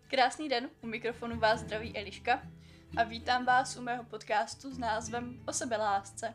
Krásný den, u mikrofonu vás zdraví Eliška a vítám vás u mého podcastu s názvem O sebelásce.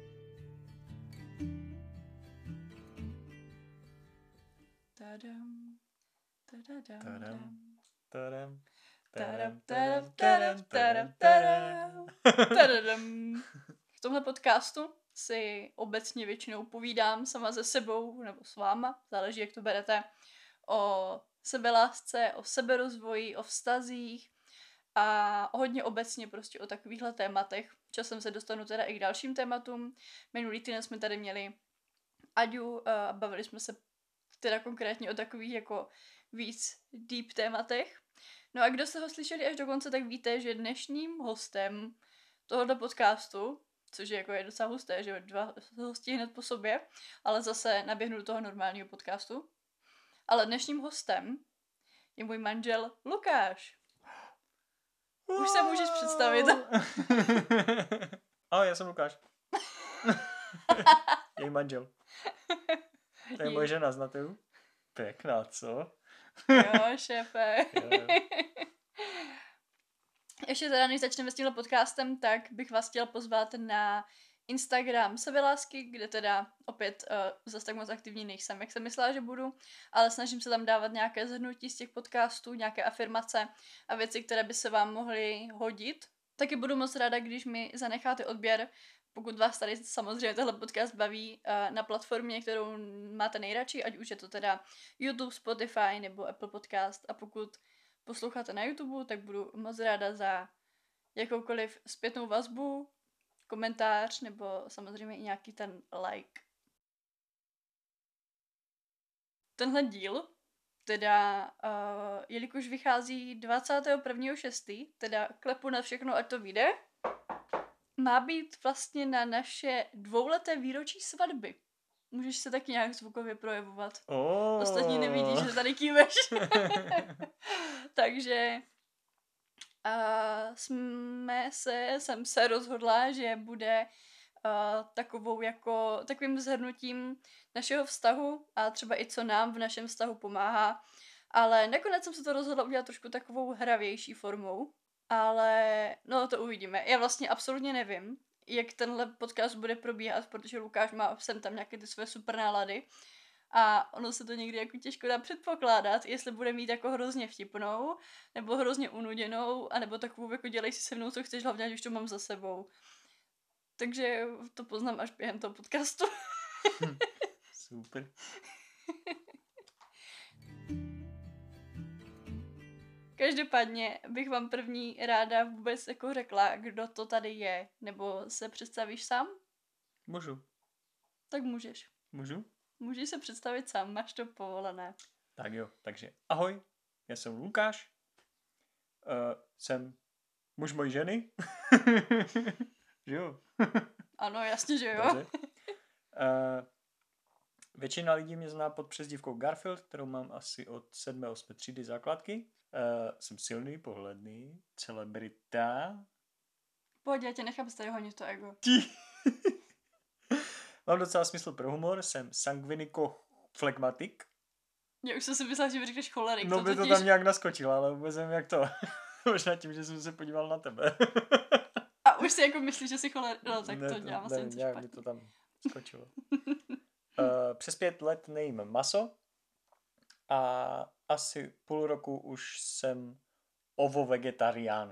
Tadam, tadadam, Tadam, tadam, tadam, tadam, tadam, tadam, tadam. V tomhle podcastu si obecně většinou povídám sama se sebou nebo s váma, záleží, jak to berete, o sebelásce, o seberozvoji, o vztazích a hodně obecně prostě o takovýchhle tématech. Časem se dostanu teda i k dalším tématům. Minulý týden jsme tady měli Aďu a bavili jsme se teda konkrétně o takových jako víc deep tématech. No a kdo se ho slyšeli až do konce, tak víte, že dnešním hostem tohoto podcastu, což je docela husté, že 2 hosti hned po sobě, ale zase naběhnu do toho normálního podcastu. Ale dnešním hostem je můj manžel Lukáš. Už se můžeš představit. Ahoj, já jsem Lukáš. Její manžel. To je moje žena, znáte ju? Pěkná, co? Jo, šéfe. Jo. Ještě teda, než začneme s tímhle podcastem, tak bych vás chtěla pozvat na Instagram Sebelásky, kde teda opět zase tak moc aktivní nejsem, jak jsem myslela, že budu, ale snažím se tam dávat nějaké shrnutí z těch podcastů, nějaké afirmace a věci, které by se vám mohly hodit. Taky budu moc ráda, když mi zanecháte odběr, pokud vás tady samozřejmě tenhle podcast baví na platformě, kterou máte nejradši, ať už je to teda YouTube, Spotify nebo Apple Podcast, a pokud posloucháte na YouTube, tak budu moc ráda za jakoukoliv zpětnou vazbu, komentář nebo samozřejmě i nějaký ten like. Tenhle díl, teda jelikož vychází 21.6., teda klepu na všechno, ať to vyjde, má být vlastně na naše 2leté výročí svatby. Můžeš se taky nějak zvukově projevovat. Ostatní nevidí, že tady kýveš. Takže jsem se rozhodla, že bude takovým shrnutím našeho vztahu a třeba i co nám v našem vztahu pomáhá. Ale nakonec jsem se to rozhodla udělat trošku takovou hravější formou. Ale no to uvidíme. Já vlastně absolutně nevím, jak tenhle podcast bude probíhat, protože Lukáš má sem tam nějaké ty své super nálady. A ono se to někdy jako těžko dá předpokládat, jestli bude mít jako hrozně vtipnou, nebo hrozně unuděnou, anebo takovou jako dělej si se mnou, co chceš, hlavně, když to mám za sebou. Takže to poznám až během toho podcastu. Super. Každopádně bych vám první ráda vůbec jako řekla, kdo to tady je, nebo se představíš sám? Můžu. Tak můžeš. Můžu? Můžeš se představit sám, máš to povolené. Tak jo, takže ahoj, já jsem Lukáš. Jsem muž mojí ženy. Že jo? Ano, jasně, že jo. Většina lidí mě zná pod přezdívkou Garfield, kterou mám asi od 7. 8. třídy základky. Jsem silný, pohledný, celebrita. Pojď, já tě nechám tady honit to ego. Mám docela smysl pro humor, jsem sangviniko-flegmatik. Já už jsem si myslela, že řekneš cholerik. No by to tam nějak naskočilo, ale vůbec nevím jak to. Možná tím, že jsem se podíval na tebe. A už si jako myslíš, že jsi cholerik. No tak to dělám asi něco nějak mi to tam skočilo. Přes 5 let nejím maso a asi půl roku už jsem ovo-vegetarián.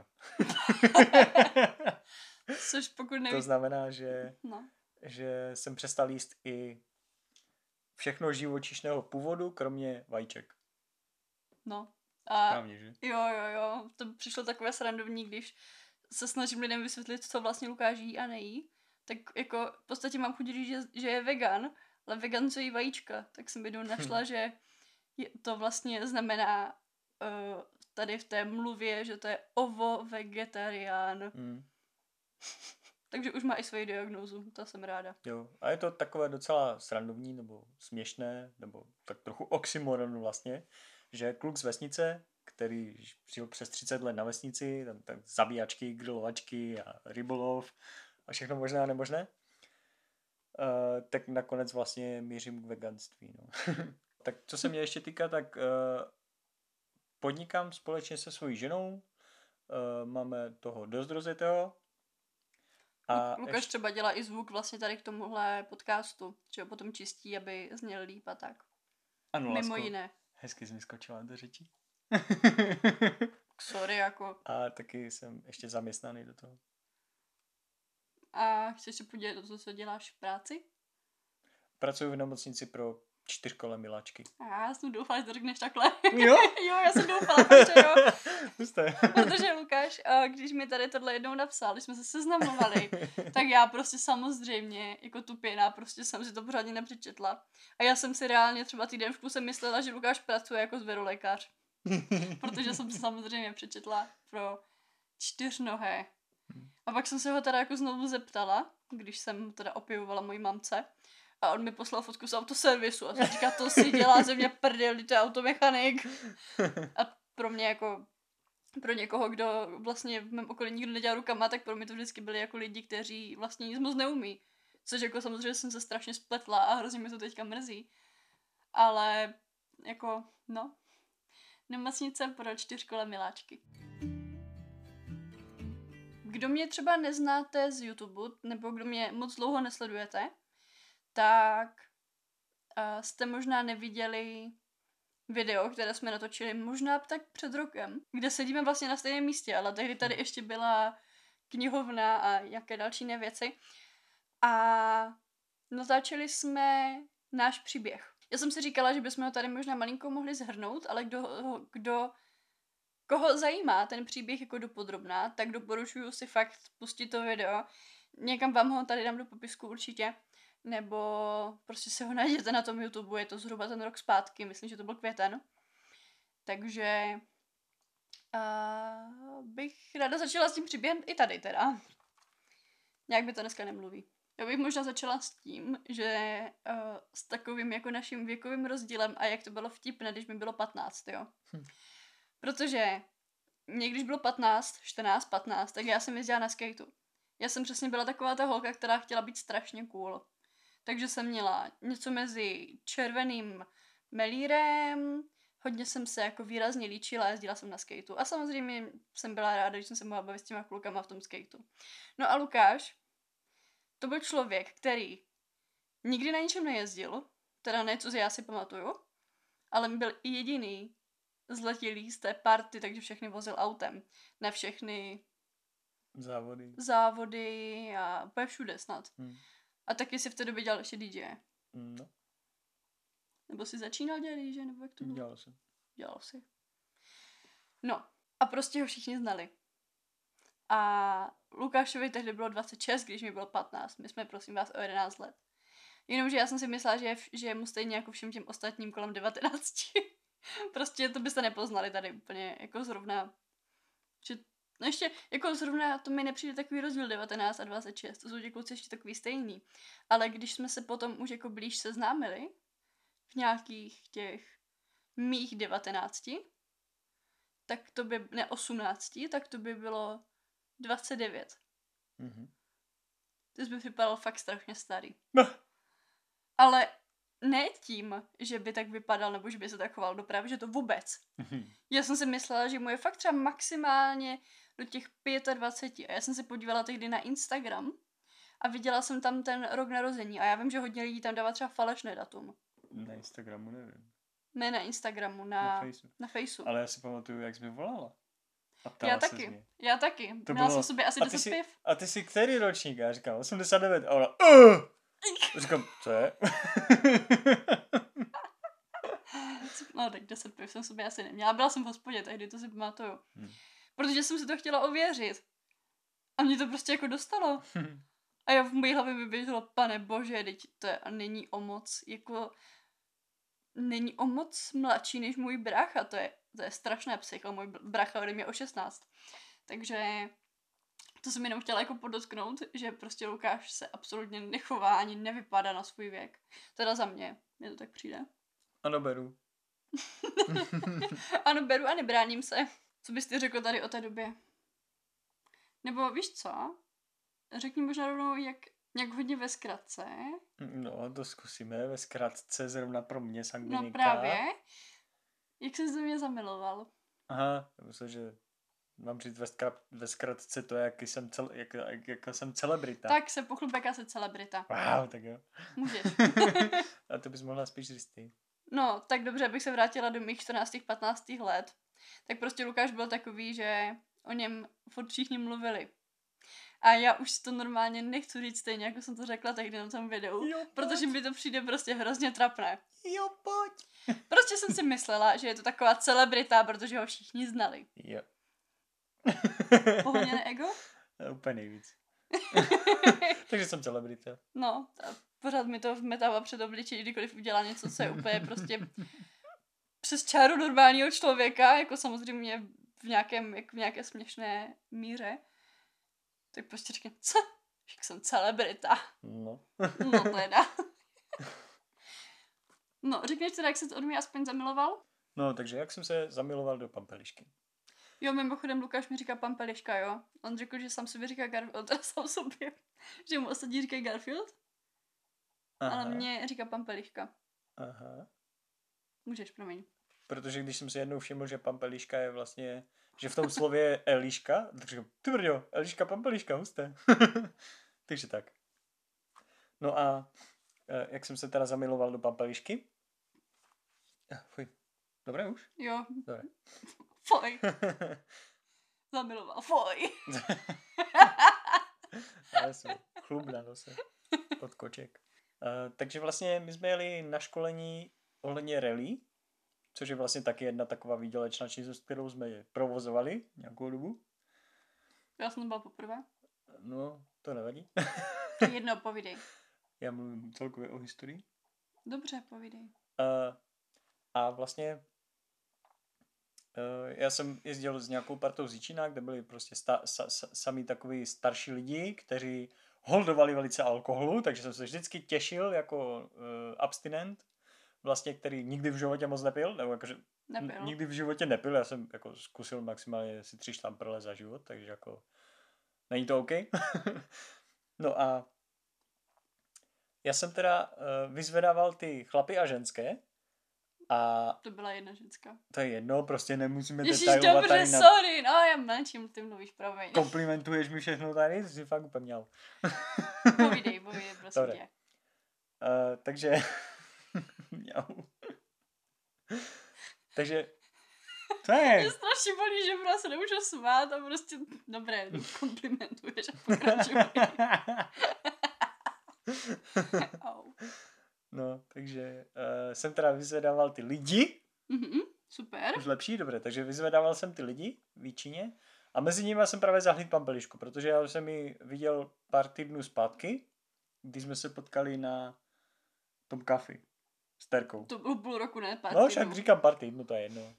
Což pokud nevíš... To znamená, že jsem přestal jíst i všechno živočišného původu, kromě vajíček. No. Správně, že? Jo. To přišlo takové srandovní, když se snažím lidem vysvětlit, co vlastně Lukáš jí a nejí. Tak jako v podstatě mám chuť říct, že je vegan, ale vegan, co jí vajíčka. Tak jsem jednou našla, že to vlastně znamená tady v té mluvě, že to je ovo-vegetarián. Takže už má i svoji diagnózu, to jsem ráda. Jo, a je to takové docela srandovní, nebo směšné, nebo tak trochu oxymoron vlastně, že kluk z vesnice, který žil přes 30 let na vesnici, tam tak zabíjačky, grilovačky a rybolov a všechno možné a nemožné, tak nakonec vlastně mířím k veganství. No. Tak co se mě ještě týká, tak podnikám společně se svojí ženou, máme toho dost rozjetého. A Lukáš třeba dělá i zvuk vlastně tady k tomuhle podcastu, že ho potom čistí, aby zněl líp a tak. Ano, Mimo lásko, jiné. hezky jsi mi skočila do řeči. Sorry, jako. A taky jsem ještě zaměstnaný do toho. A chceš se podívat do toho, co děláš v práci? Pracuji v nemocnici pro 4kole miláčky. Já jsem doufala, že to řekneš takhle. Jo? Jo, já jsem doufala, že jo. Pusté. Protože Lukáš, když mi tady tohle jednou napsal, když jsme se seznamovali, tak já prostě samozřejmě, jako tupěná, prostě jsem si to pořádně nepřečetla. A já jsem si reálně třeba týden v kuse myslela, že Lukáš pracuje jako zvěrolékař. Protože jsem si samozřejmě přečetla pro 4nohé. A pak jsem se ho teda jako znovu zeptala, když jsem teda opěvovala mojí mamce. A on mi poslal fotku z autoservisu a jsem říká, to si dělá ze mě prdel, to je automechanik. A pro mě jako, pro někoho, kdo vlastně v mém okolí nikdo nedělá rukama, tak pro mě to vždycky byli jako lidi, kteří vlastně nic moc neumí. Což jako samozřejmě jsem se strašně spletla a hrozně mi to teďka mrzí. Ale jako, no, nemocnice pro 4kole miláčky. Kdo mě třeba neznáte z YouTube, nebo kdo mě moc dlouho nesledujete, tak jste možná neviděli video, které jsme natočili možná tak před rokem, kde sedíme vlastně na stejném místě, ale tehdy tady ještě byla knihovna a jaké další věci. A natáčeli jsme náš příběh. Já jsem si říkala, že bychom ho tady možná malinko mohli zhrnout, ale koho zajímá ten příběh jako dopodrobná, tak doporučuji si fakt pustit to video. Někam vám ho tady dám do popisku určitě. Nebo prostě si ho najděte na tom YouTube, je to zhruba ten rok zpátky, myslím, že to byl květen. Takže bych ráda začala s tím příběhem i tady teda. Nějak mi to dneska nemluví. Já bych možná začala s tím, že s takovým jako naším věkovým rozdílem a jak to bylo vtipné, když mi bylo 15, jo. Protože mě když bylo 15, 14, 15, tak já jsem jezdila na skateu. Já jsem přesně byla taková ta holka, která chtěla být strašně cool. Takže jsem měla něco mezi červeným melírem, hodně jsem se jako výrazně líčila, jezdila jsem na skateu. A samozřejmě jsem byla ráda, že jsem se mohla bavit s těma klukama v tom skateu. No a Lukáš, to byl člověk, který nikdy na ničem nejezdil, teda ne, co já si pamatuju, ale byl i jediný zletilý z té party, takže všechny vozil autem. Na všechny závody a úplně všude snad. A taky si v té době dělal ještě DJ. No. Nebo si začínal dělat DJ, nebo jak to bylo? Dělal si. No. A prostě ho všichni znali. A Lukášovi tehdy bylo 26, když mi bylo 15. My jsme, prosím vás, o 11 let. Jenomže já jsem si myslela, že je mu stejně jako všem těm ostatním kolem 19. Prostě to byste nepoznali tady úplně jako zrovna. Že, no ještě jako zrovna to mi nepřijde takový rozdíl 19 a 26. To jsou ti kluci ještě takový stejný. Ale když jsme se potom už jako blíž seznámili v nějakých těch mých 19, tak to by, ne 18, tak to by bylo 29. Ty jsi by vypadal fakt strašně starý. Ale ne tím, že by tak vypadal, nebo že by se tak choval dopravy, že to vůbec. Já jsem si myslela, že mu je fakt třeba maximálně do těch 25. A já jsem se podívala tehdy na Instagram a viděla jsem tam ten rok narození. A já vím, že hodně lidí tam dává třeba falešné datum. Na Instagramu nevím. Ne na Instagramu, na Faceu. Ale já si pamatuju, jak jsi mi volala. Já taky. Měla jsem sobě asi 10 piv. A ty jsi který ročník? Já říkám 89. A ona říkám, co je? No tak 10 piv jsem sobě asi neměla. Byla jsem v hospodě, tehdy to si pamatuju. Protože jsem si to chtěla ověřit. A mě to prostě jako dostalo. A já v mojí hlavě vyběželo, pane bože, teď to je, a není o moc, jako není o moc mladší než můj brácha, to je strašné psycho, můj brácha ode mě o 16. Takže to jsem jenom chtěla jako podotknout, že prostě Lukáš se absolutně nechová, ani nevypadá na svůj věk. Teda za mě to tak přijde. Ano, beru. Ano, beru a nebráním se. Co bys ty řekl tady o té době? Nebo víš co? Řekni možná rovnou, jak hodně ve zkratce. No, to zkusíme ve zkratce, zrovna pro mě sangvinika. No právě. Jak jsi do mě zamiloval? Aha, já myslím, že mám říct ve zkratce to, jak jsem celebrita. Tak se pochlup, jaká se celebrita. Wow, tak jo. Můžeš. A to bys mohla spíš říct ty. No, tak dobře, abych se vrátila do mých 14. 15. let. Tak prostě Lukáš byl takový, že o něm furt všichni mluvili. A já už si to normálně nechci říct stejně, jako jsem to řekla tehdy na tom videu, Jo, protože mi to přijde prostě hrozně trapné. Jo, pojď. Prostě jsem si myslela, že je to taková celebrita, protože ho všichni znali. Jo. Pohodněné ego? Úplně nejvíc. Takže jsem celebrita. No, a pořád mi to vmetává před obličej, kdykoliv udělá něco, co je úplně prostě přes čáru normálního člověka, jako samozřejmě v nějaké směšné míře. Tak prostě říkám, co? Však jsem celebrita. No. No teda. No, řekneš teda, jak se to od mě aspoň zamiloval? No, takže jak jsem se zamiloval do Pampelišky? Jo, mimochodem Lukáš mi říká Pampeliška, jo. On řekl, že sám sobě říká Garfield, teda sám sobě, že mu ostatní říkají Garfield, Aha. ale mě říká Pampeliška. Aha. Můžeš, promiň. Protože když jsem si jednou všiml, že Pampeliška je vlastně, že v tom slově je Eliška, tak říkám, ty brďo, Eliška, Pampeliška, husté. Takže tak. No a jak jsem se teda zamiloval do Pampelišky? Fuj. Dobré už? Jo. Dobré. Foj. Zamiloval. Foj. Já jsem chlubna zase. Pod koček. Takže vlastně my jsme jeli na školení ohledně rally, což je vlastně taky jedna taková výdělečná činnost, kterou jsme provozovali nějakou dobu. Já jsem byla poprvé. No, to nevadí. Jedno, povídej. Já mluvím celkově o historii. Dobře, povídej. A vlastně já jsem jezdil s nějakou partou z Jičína, kde byli prostě sami takový starší lidi, kteří holdovali velice alkoholu, takže jsem se vždycky těšil jako abstinent, vlastně, který nikdy v životě moc nepil, nebo jakože nikdy v životě nepil, já jsem jako zkusil maximálně si 3 štamprle za život, takže jako není to OK. No a já jsem teda vyzvedával ty chlapy a ženské a... To byla jedna ženská. To je jedno, prostě nemusíme detailovat tady na... Ježiš, dobře, sorry, no já mlčím, ty mluvíš, promiň. Komplimentuješ mi všechno tady, to jsi fakt úplně měl. Povídej, prosím tě. Takže... Takže... To je... Mě strašně bolí, že prostě se nemůžu smát a prostě... Dobré, komplimentuješ a pokračuj. No, takže jsem teda vyzvedával ty lidi. Super. Už lepší, dobré. Takže vyzvedával jsem ty lidi v Jičíně a mezi nimi jsem právě zahlídl Pampelišku, protože já jsem ji viděl pár týdnů zpátky, když jsme se potkali na tom kafi s Terkou. To bylo půl roku, ne? Pár no, však říkám pár týdnů, to je jedno.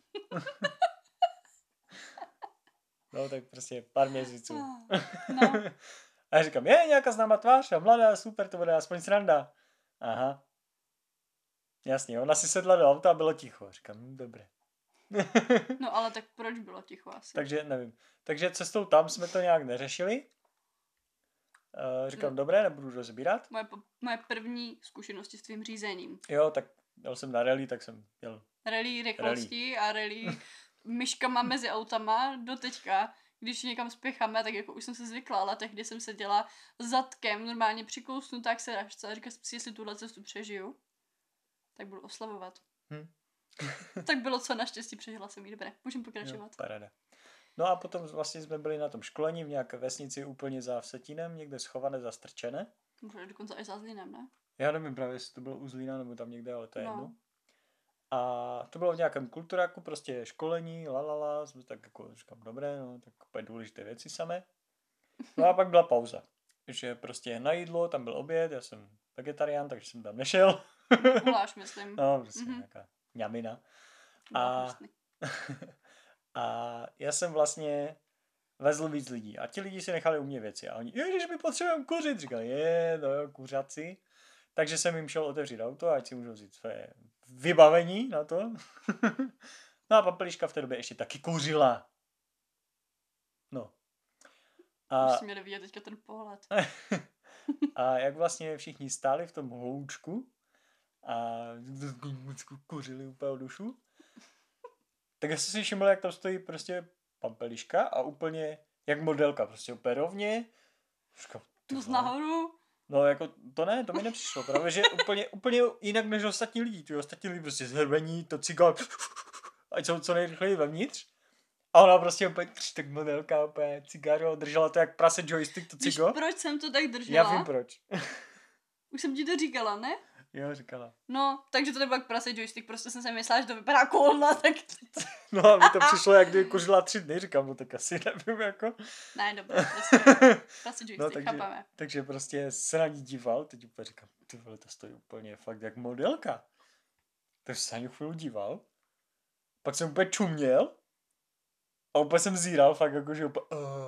No, tak prostě pár měsíců. No. A já říkám, je nějaká známá tvář a mladá, super, to bude aspoň sranda. Aha. Jasně, ona si sedla do auta a bylo ticho. Říkám, dobré. No ale tak proč bylo ticho asi? Takže nevím. Takže cestou tam jsme to nějak neřešili. Říkám, dobré, nebudu rozbírat. Moje první zkušenosti s tvým řízením. Jo, tak jel jsem na rally, tak jsem jel. Rally rychlosti a rally myškama mezi autama do teďka. Když někam spěcháme, tak jako už jsem se zvykla, ale tehdy jsem seděla zadkem, normálně přikousnutá k sedačce a říkala si, jestli tuhle cestu přežiju, tak budu oslavovat. Tak bylo co, naštěstí přežila jsem ji, dobré, můžeme pokračovat. Jo, paráda. No a potom vlastně jsme byli na tom školení v nějaké vesnici úplně za Vsetínem, někde schované, zastrčené. Možná dokonce až za Zlínem, ne? Já nevím právě, jestli to bylo u Zlína nebo tam někde, ale to je jedno. A to bylo v nějakém kulturáku, prostě školení, lalala, jsme tak jako říkám, dobré, no, tak úplně důležité věci samé. No a pak byla pauza, že prostě na jídlo, tam byl oběd, já jsem vegetarián, takže jsem tam nešel. Guláš, myslím. No, prostě nějaká ňamina. A já jsem vlastně vezl víc lidí a ti lidi si nechali u mě věci a oni, když my potřebujeme kuřit, říkali, no jo, kuřaci. Takže jsem jim šel otevřít auto, ať si můžou vzít své vybavení na to. No a Pampeliška v té době ještě taky kouřila. No. A... Už jsi měli vidět teďka ten pohled. A jak vlastně všichni stáli v tom hloučku a kouřili úplně o dušu, Tak já jsem si všiml, jak tam stojí prostě pampeliška a úplně jak modelka, prostě úplně rovně. Říkám, No nahoru. No jako to ne, to mi nepřišlo, právě že úplně jinak než ostatní lidi, ty ostatní lidi prostě zhrvení, to cigár, ať jsou co nejrychleji vevnitř. A ona prostě úplně tak modelka, úplně cigáro, držela to jak prase joystick, to cigo. Víš, proč jsem to tak držela? Já vím proč. Už jsem ti to říkala, ne? Jo, říkala. No, takže to nebyl jak prase joystick, prostě jsem si myslela, že to vypadá cool, tak... No a mi to přišlo, jak kdyby kuřila 3 dny, říkám, no tak asi nevím, jako. Ne, dobré, prostě prase joystick, No, chápeme. takže prostě se na ní díval, teď úplně říkám, ty vole, to stojí úplně fakt jak modelka. Takže se na ní chvíli díval, pak jsem úplně čuměl a úplně jsem zíral, fakt jakože úplně...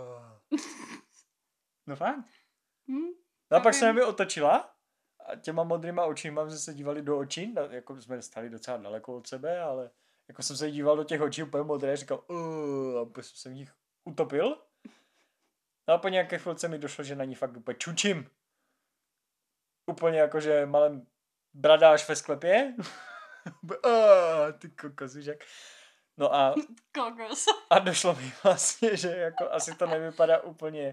No fakt. No a pak se na mě otočila a těma modrýma očima jsme se dívali do očí, jako jsme stali docela daleko od sebe, ale jako jsem se díval do těch očí úplně modré, říkal a úplně jsem se v nich utopil. No a po nějaké chvilce mi došlo, že na ní fakt úplně čučím. Úplně jakože malem bradáš ve sklepě. Ty kokos, víš jak. No a... Kokos. A došlo mi vlastně, že jako asi to nevypadá úplně...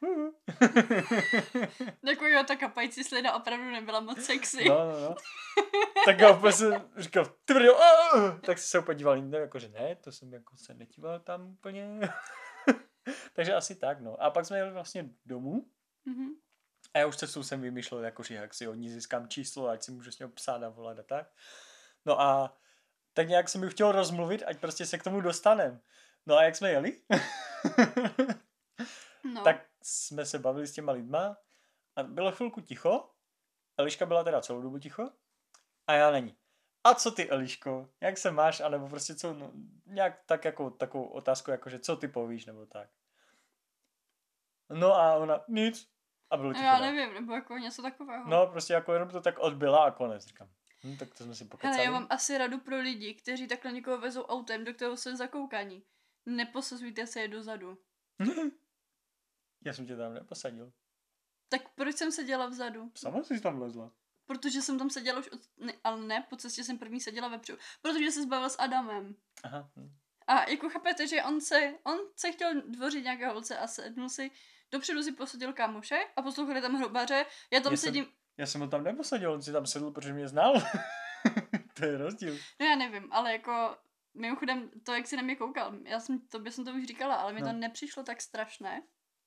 Jako jo, ta kapající slina opravdu nebyla moc sexy. No. Tak já úplně jsem říkal, ty brďo, tak se úplně díval, no, jakože ne, to jsem jako se nedíval tam úplně. Takže asi tak, no. A pak jsme jeli vlastně domů. Mm-hmm. A já už cestou jsem vymýšlel, jakože jak si od ní získám číslo, ať si můžu s něho psát a volat a tak. No a tak nějak jsem ji chtěl rozmluvit, ať prostě se k tomu dostanem. No a jak jsme jeli, tak jsme se bavili s těma lidma a bylo chvilku ticho. Eliška byla teda celou dobu ticho a já na ní. A co ty, Eliško? Jak se máš? A nebo prostě co, no, nějak tak jako takovou otázku, jakože co ty povíš, nebo tak. No a ona, nic. A bylo ticho. Já nevím, nebo jako něco takového. No, prostě jako jenom to tak odbyla a konec, říkám. Tak to jsme si pokecali. Hele, já mám asi radu pro lidi, kteří takhle někoho vezou autem, do kterého se zakoukaní. Neposazujte se je dozadu. Já jsem tě tam neposadil. Tak proč jsem seděla vzadu? Sama jsi tam vlezla. Protože jsem tam seděla už ale ne, po cestě jsem první seděla vepředu. Protože se zbavil s Adamem. Aha. A jako chápete, že on se chtěl dvořit nějaké holce a sednul si, dopředu si posadil kámoše a poslouchali tam hrobaře. Já jsem ho tam neposadil, on si tam sedl, protože mě znal. To je rozdíl. No já nevím, ale jako mimochodem to, jak si na mě koukal, tobě jsem to už říkala, ale mi to nepřišlo tak strašné.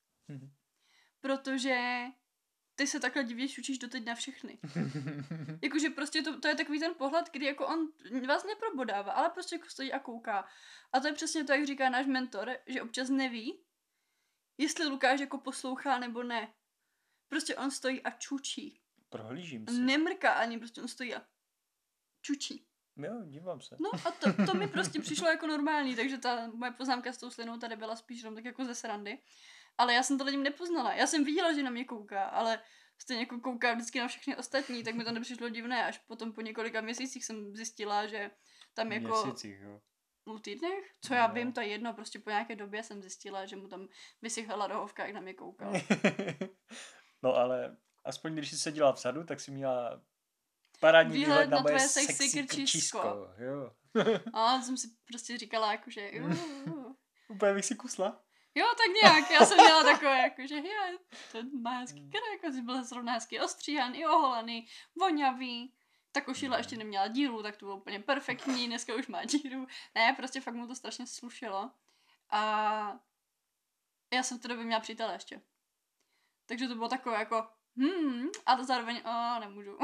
Protože ty se takhle divně šučíš doteď na všechny. Jakože prostě to je takový ten pohled, kdy jako on vás neprobodává, ale prostě jako stojí a kouká. A to je přesně to, jak říká náš mentor, že občas neví, jestli Lukáš jako poslouchá nebo ne. Prostě on stojí a čučí. Prohlížím si. Nemrká ani, prostě on stojí a čučí. Jo, dívám se. No a to mi prostě přišlo jako normální, takže ta moje poznámka s tou slinou tady byla spíš jenom tak jako ze srandy. Ale já jsem to lidem nepoznala. Já jsem viděla, že na mě kouká, ale stejně jako kouká vždycky na všechny ostatní, tak mi to nepřišlo divné. Až potom po několika měsících jsem zjistila, že tam jako... Měsících, jo. V týdnech? Co já vím, to je jedno, prostě po nějaké době jsem zjistila, že mu tam vysychala rohovka, jak na mě koukal. No ale aspoň když jsi seděla vzadu, tak si měla parádní výhled na moje sexy krčísko. Jo. A jsem si prostě říkala, jakože Úplně bych si kusla. Jo, tak nějak, já jsem měla takové, jakože to má hezký krk, jako jsi byl zrovna hezky ostříhaný, oholený, vonavý. Ta košile ještě neměla díru, tak to bylo úplně perfektní, dneska už má díru. Ne, prostě fakt mu to strašně slušelo. A já jsem v té době měla přítele ještě. Takže to bylo takové jako, ale zároveň, nemůžu.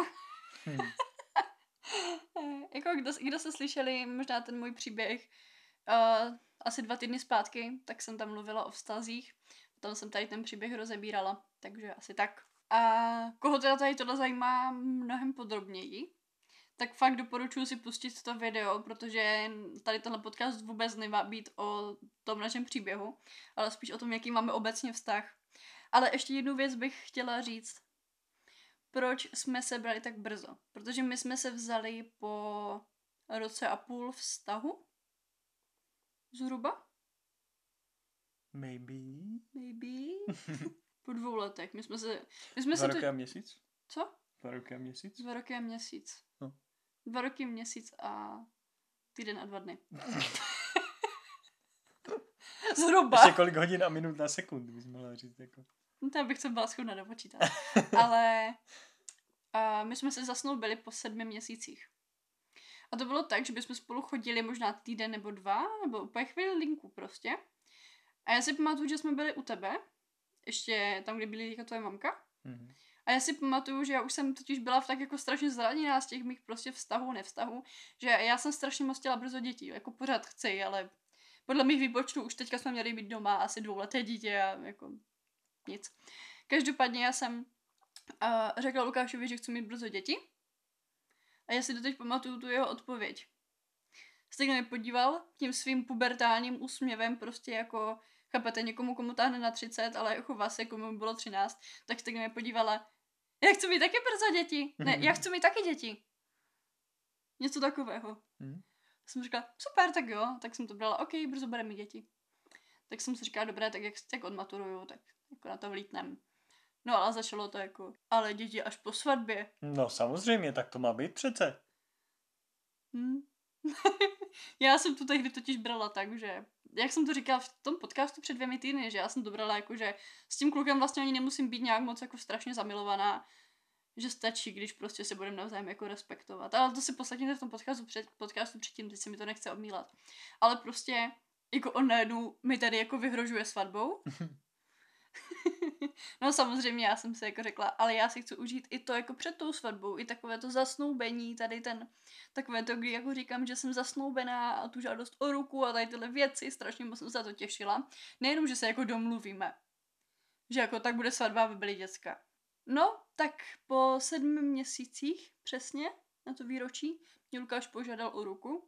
Jako kdo se slyšeli možná ten můj příběh asi 2 týdny zpátky, tak jsem tam mluvila o vztazích. Potom jsem tady ten příběh rozebírala, takže asi tak. A koho teda tady tohle zajímá mnohem podrobněji, tak fakt doporučuji si pustit to video, protože tady tenhle podcast vůbec nemá být o tom našem příběhu, ale spíš o tom, jaký máme obecně vztah. Ale ještě jednu věc bych chtěla říct. Proč jsme se brali tak brzo? Protože my jsme se vzali po 1,5 roku vztahu? Zhruba? Maybe. Po 2 letech. My jsme 2 roky a měsíc? Co? 2 roky a měsíc? 2 roky a měsíc. No. 2 roky, měsíc a týden a 2 dny. Zhruba. Ještě kolik hodin a minut na sekundu, bys mohla říct. Jako. No to bych se byla schopna dopočítat. Ale my jsme se zasnoubili po 7 měsících. A to bylo tak, že bychom spolu chodili možná týden nebo 2, nebo úplně chvilinku prostě. A já si pamatuju, že jsme byli u tebe, ještě tam, kde byly teďka tvoje mamka. Mm-hmm. A já si pamatuju, že já už jsem totiž byla tak jako strašně zraněná z těch mých prostě vztahů, nevztahů, že já jsem strašně moc chtěla brzo děti, jako pořád chci, ale podle mých výpočtů už teďka jsme měli být doma asi 2leté dítě a jako nic. Každopádně já jsem řekla Lukášovi, že chci mít brzo děti a já si doteď pamatuju tu jeho odpověď. Stejně mě podíval tím svým pubertálním úsměvem prostě jako, chápete, někomu, komu táhne na 30, ale jako vás, komu bylo 13, tak stejně mě podívala, já chci mít taky brzo děti. Ne, já chci mít taky děti. Něco takového. Jsem říkala, super, tak jo, tak jsem to brala, ok, brzo budeme mít děti. Tak jsem si říkala, dobré, tak jak odmaturuju, tak jako na to vlítnem. No ale začalo to jako, ale děti až po svatbě. No samozřejmě, tak to má být přece. Já jsem tu tehdy totiž brala tak, že jak jsem to říkala v tom podcastu před 2 týdny, že já jsem to brala jako, že s tím klukem vlastně ani nemusím být nějak moc jako strašně zamilovaná, že stačí, když prostě se budeme navzájem jako respektovat. Ale to si poslechněte v tom podcastu předtím, teď se mi to nechce obmílat. Ale prostě jako on najednou mi tady jako vyhrožuje svatbou. No samozřejmě já jsem si jako řekla, ale já si chci užít i to jako před tou svatbou, i takové to zasnoubení, tady takové to, kdy jako říkám, že jsem zasnoubená a tu žádost o ruku a tady tyhle věci, strašně moc jsem se na to těšila. Nejenom, že se jako domluvíme, že jako tak bude svatba, aby byly děcka. No, tak po 7 měsících přesně na to výročí mě Lukáš požádal o ruku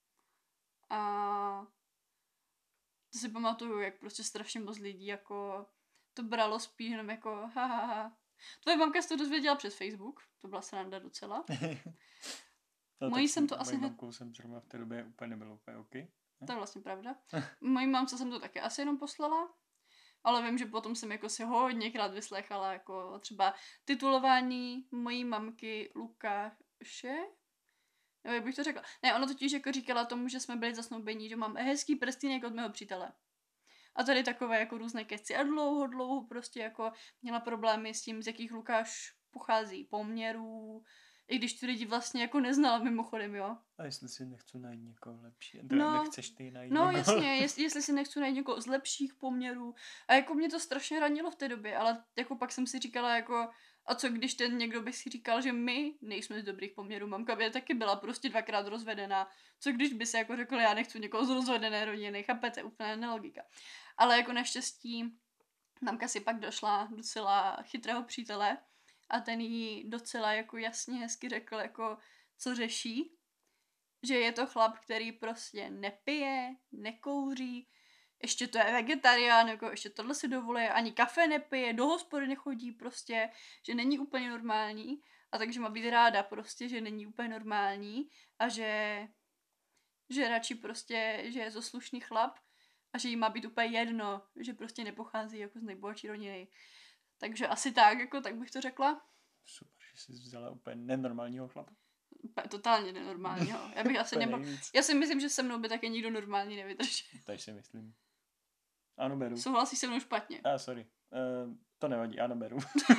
a to si pamatuju, jak prostě strašně moc lidí jako to bralo spíš jenom jako ha. Tvoje mamka se to dozvěděla přes Facebook, to byla sranda docela. No, Mojí jsem to asi mamkou jsem zrovna v té době úplně nebylo úplně OK. Ne? To je vlastně pravda. Mojí mamce jsem to taky asi jenom poslala, ale vím, že potom jsem jako si hodněkrát vyslechala jako třeba titulování mojí mamky Lukáše. Nebo jak bych to řekla? Ne, ona totiž jako říkala tomu, že jsme byli zasnoubení, že mám hezký prstýnek od mého přítele. A tady takové jako různé keci. A dlouho prostě jako měla problémy s tím, z jakých Lukáš pochází poměrů, i když ty lidi vlastně jako neznala mimochodem, jo. A jestli si nechci najít někoho lepší, nechceš ty najít někoho? No jasně, jestli si nechci najít někoho z lepších poměrů. A jako mě to strašně ranilo v té době, ale jako pak jsem si říkala jako, a co když ten někdo by si říkal, že my nejsme z dobrých poměrů. Mamka by taky byla prostě 2krát rozvedená. Co když by se jako řekl, já nechci někoho z rozvedené rodiny, chápete, úplně nelogika. Ale jako naštěstí mamka si pak došla docela chytrého přítele a ten jí docela jako jasně hezky řekl, jako co řeší, že je to chlap, který prostě nepije, nekouří, ještě to je vegetarián, jako ještě tohle si dovoluje, ani kafe nepije, do hospody nechodí prostě, že není úplně normální a takže má být ráda prostě, že není úplně normální a že radši prostě, že je to slušný chlap a že jí má být úplně jedno, že prostě nepochází jako z nejbohatší rodiny. Takže asi tak, jako tak bych to řekla. Super, že jsi vzala úplně nenormálního chlapa. Úplně totálně nenormálního. Já bych asi Já si myslím, že se mnou by také nikdo normální nevydržel. Takže si myslím. Ano, beru. Souhlasíš se mnou špatně. Sorry. To nevadí, ano, beru.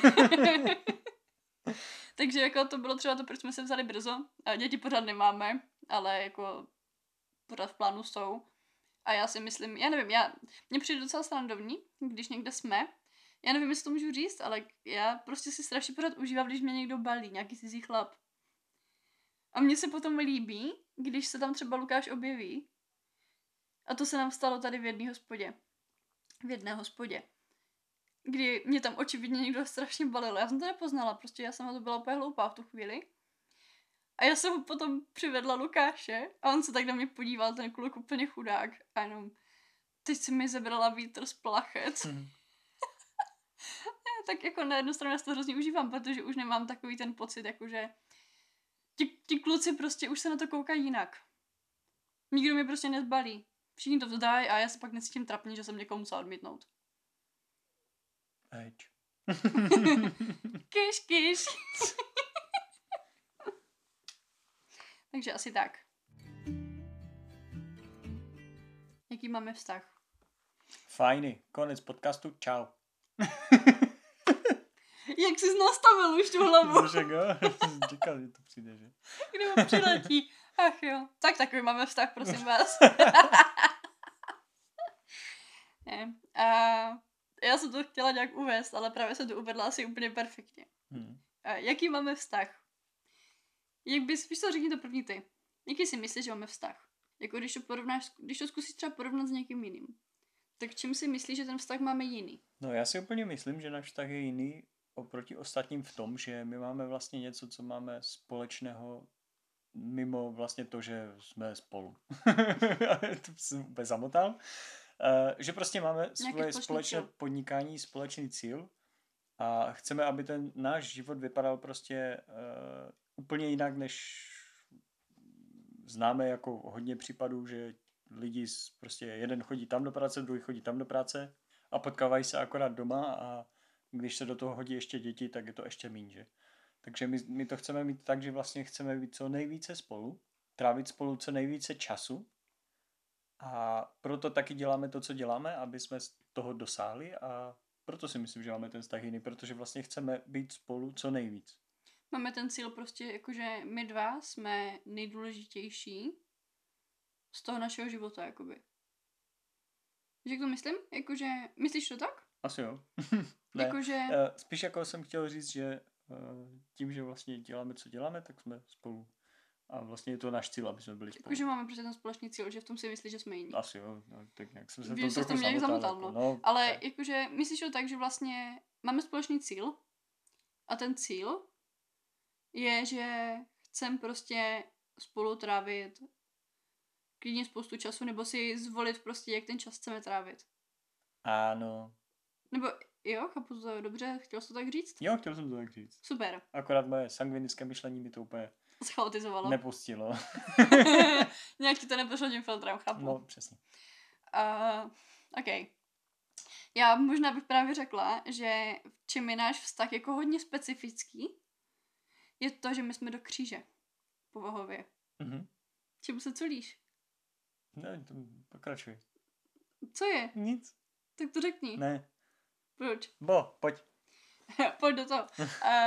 Takže jako to bylo třeba to, proč jsme se vzali brzo. A děti pořád nemáme, ale jako pořád v plánu jsou. A já si myslím, já nevím, mně přijde docela srandovní, když někde jsme. Já nevím, jestli to můžu říct, ale já prostě si strašně pořád užívám, když mě někdo balí, nějaký cizí chlap. A mně se potom líbí, když se tam třeba Lukáš objeví. A to se nám stalo tady v jedné hospodě. Kdy mě tam očividně někdo strašně balil. Já jsem to nepoznala, prostě já sama to byla úplně hloupá v tu chvíli. A já jsem mu potom přivedla Lukáše a on se tak na mě podíval, ten kluk úplně chudák. A jenom, teď si mi zebrala vítr z plachet. Tak jako na jednu stranu já to hrozně užívám, protože už nemám takový ten pocit, jakože ti kluci prostě už se na to koukají jinak. Nikdo mi prostě nezbalí. Všichni to vzdají a já se pak necítím trapně, že jsem někomu musela odmítnout. Eď. Kyš. Takže asi tak. Jaký máme vztah? Fajny, konec podcastu, čau. Jak jsi nastavil už tu hlavu? Říkal, že to přijde, že? Kdo mu přiletí? Ach jo. Tak takový máme vztah, prosím vás. Ne. A já jsem to chtěla nějak uvést, ale právě jsem to uvedla asi úplně perfektně. A jaký máme vztah? Jak bys, víš co, řekni to první ty. Jaký si myslíš, že máme vztah? Jako když to zkusíš třeba porovnat s někým jiným. Tak čím si myslíš, že ten vztah máme jiný? No já si úplně myslím, že náš vztah je jiný oproti ostatním v tom, že my máme vlastně něco, co máme společného mimo vlastně to, že jsme spolu. To jsem úplně zamotal. Že prostě máme svoje společné podnikání, společný cíl a chceme, aby ten náš život vypadal prostě úplně jinak, než známe jako hodně případů, že lidi prostě jeden chodí tam do práce, druhý chodí tam do práce a potkávají se akorát doma a když se do toho hodí ještě děti, tak je to ještě míň, že? Takže my to chceme mít tak, že vlastně chceme být co nejvíce spolu, trávit spolu co nejvíce času a proto taky děláme to, co děláme, aby jsme z toho dosáhli a proto si myslím, že máme ten vztah jiný, protože vlastně chceme být spolu co nejvíc. Máme ten cíl prostě, jakože my dva jsme nejdůležitější z toho našeho života, jakoby. Víš, jak to myslím? Jakože, myslíš to tak? Asi jo. Ne, jakože... spíš jako jsem chtěl říct, že tím, že vlastně děláme, co děláme, tak jsme spolu. A vlastně je to náš cíl, aby jsme byli spolu. Jakože máme prostě ten společný cíl, že v tom si myslíš, že jsme jiní. Asi jo, no, tak nějak jsem se Víš, to trochu nějak zamotal, jako, no. Ale tak. Jakože myslíš to tak, že vlastně máme společný cíl a ten cíl je, že chcem prostě spolu trávit klidně spoustu času, nebo si zvolit prostě, jak ten čas chceme trávit. Ano. Nebo jo, chápu to dobře, chtěl jsi to tak říct? Jo, chtěl jsem to tak říct. Super. Akorát moje sangvinické myšlení mi to úplně schaotizovalo. Nepustilo. Nějak ti to neprošlo tím filtrem, chápu. No, přesně. OK. Já možná bych právě řekla, že v čem je náš vztah jako hodně specifický, je to, že my jsme do kříže. Povahově. Mhm. Čemu se culíš? Ne, to pokračuj. Co je? Nic. Tak to řekni. Ne. Proč? Pojď. Pojď do toho.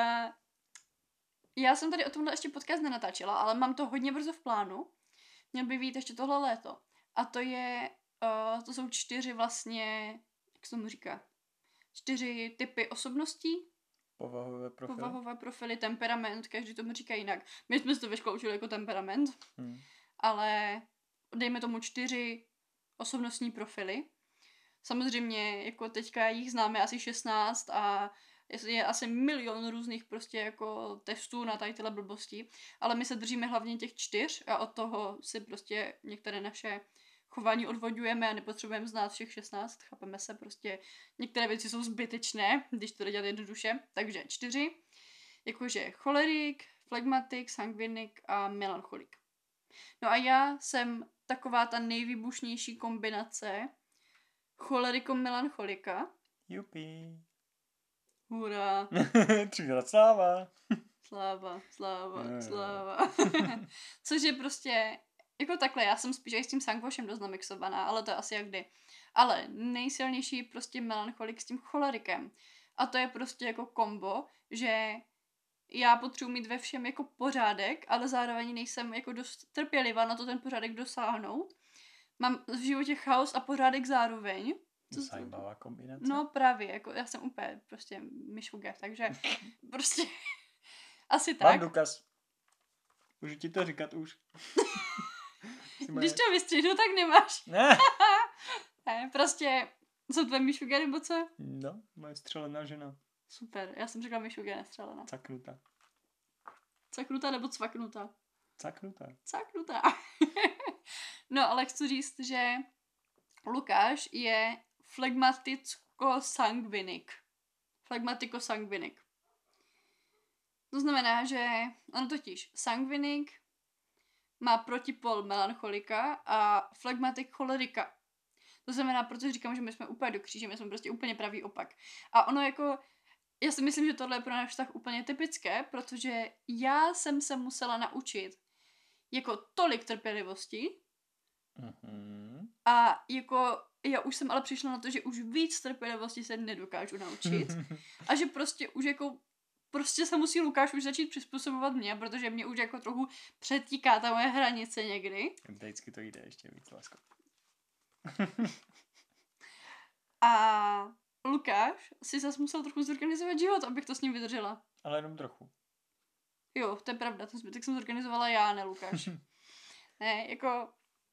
Já jsem tady o tomhle ještě podcast nenatáčela, ale mám to hodně brzo v plánu. Měl by být ještě tohle léto. A to je, to jsou 4 vlastně, jak se tomu říká, 4 typy osobností. Povahové profily, temperament, každý tomu říká jinak. My jsme si to ve škole učili jako temperament, ale dejme tomu 4 osobnostní profily. Samozřejmě, jako teďka jich známe asi 16 a je asi milion různých prostě jako testů na tady tyhle blbosti, ale my se držíme hlavně těch 4 a od toho si prostě některé naše chování odvodujeme a nepotřebujeme znát všech 16, chápeme se, prostě některé věci jsou zbytečné, když to jde dělat jednoduše, takže 4, jakože cholerik, flegmatik, sangvinik a melancholik. No a já jsem taková ta nejvýbušnější kombinace choleriko-melancholika. Jupi. Hurá. 3krát sláva. Sláva. Což je prostě, jako takhle, já jsem spíš i s tím sangvošem dost namixovaná, ale to je asi jak kdy. Ale nejsilnější je prostě melancholik s tím cholerikem. A to je prostě jako kombo, že já potřebuji mít ve všem jako pořádek, ale zároveň nejsem jako dost trpělivá na to ten pořádek dosáhnout. Mám v životě chaos a pořádek zároveň. Zajímavá kombinace. No právě, jako já jsem úplně prostě myšuge, takže prostě asi tak. Mám důkaz. Můžu ti to říkat už. Když to vystříhnu, tak nemáš. Ne. Ne, prostě jsou tvoje myšuge nebo co? No, moje střelená žena. Super, já jsem řekla myšuge, nestřelená. Caknutá. Caknutá nebo cvaknutá? Caknutá. No, ale chci říct, že Lukáš je flegmatiko-sangvinik. To znamená, že on totiž sangvinik má protipol melancholika a flegmatik cholerika. To znamená, protože říkám, že my jsme úplně do kříže, my jsme prostě úplně pravý opak. A ono jako, já si myslím, že tohle je pro náš vztah úplně typické, protože já jsem se musela naučit jako tolik trpělivosti, A jako já už jsem ale přišla na to, že už víc trpělivosti se nedokážu naučit. A že prostě už jako prostě se musí Lukáš už začít přizpůsobovat mě, protože mě už jako trochu přetíká ta moje hranice někdy. Vždycky to jde ještě víc, lásko. A Lukáš si zase musel trochu zorganizovat život, abych to s ním vydržela. Ale jenom trochu. Jo, to je pravda, ten zbytek jsem zorganizovala já, ne Lukáš. Ne, jako...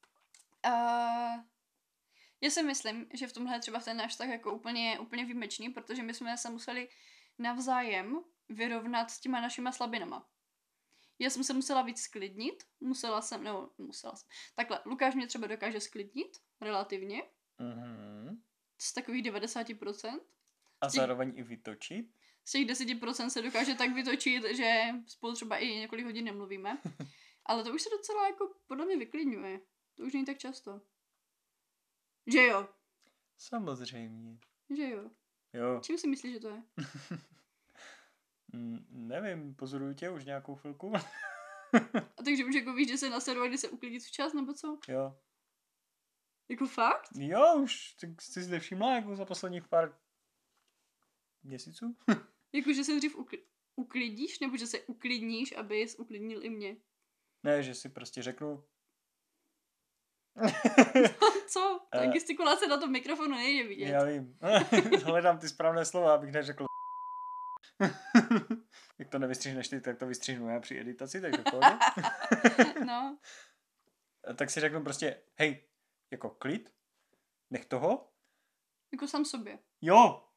já si myslím, že v tomhle třeba ten náš tak jako úplně výjimečný, protože my jsme se museli navzájem vyrovnat s těma našima slabinama. Já jsem se musela víc sklidnit, musela jsem. Takhle, Lukáš mě třeba dokáže sklidnit, relativně. Z takových 90%. A zároveň i vytočit? Z těch 10% se dokáže tak vytočit, že spolu třeba i několik hodin nemluvíme. Ale to už se docela jako podle mě vyklidňuje. To už není tak často. Že jo? Samozřejmě. Že jo? Jo. Čím si myslíš, že to je? Nevím, pozoruju tě už nějakou chvilku. A takže už jako víš, že se naseruje, kdy se uklidit včas, nebo co? Jo. Jako fakt? Jo, už jsi zde všimla jako za posledních pár měsíců. Jako, že se dřív uklidíš, nebo že se uklidníš, abys uklidnil i mě? Ne, že si prostě řeknu. Co? Ta gestikulace na tom mikrofonu nejde vidět. Já vím. Hledám ty správné slova, abych neřekl. Jak to nevystřihneš ty, tak to vystřihnu já při editaci, tak to pohodě. No. Tak si řeknu prostě, hej, jako klid, nech toho. Jako sám sobě. Jo!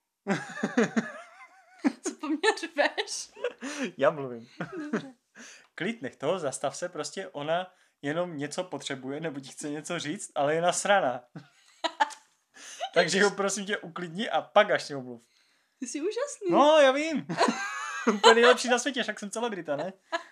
Co po mně řveš? Já mluvím. Dobře. Klid, nech toho, zastav se, prostě ona jenom něco potřebuje, nebo ti chce něco říct, ale je nasraná. Takže ho prosím tě uklidni a pak až si ho mluv. Ty jsi úžasný. No, já vím. Úplně nejlepší na světě, však jsem celebrita, ne?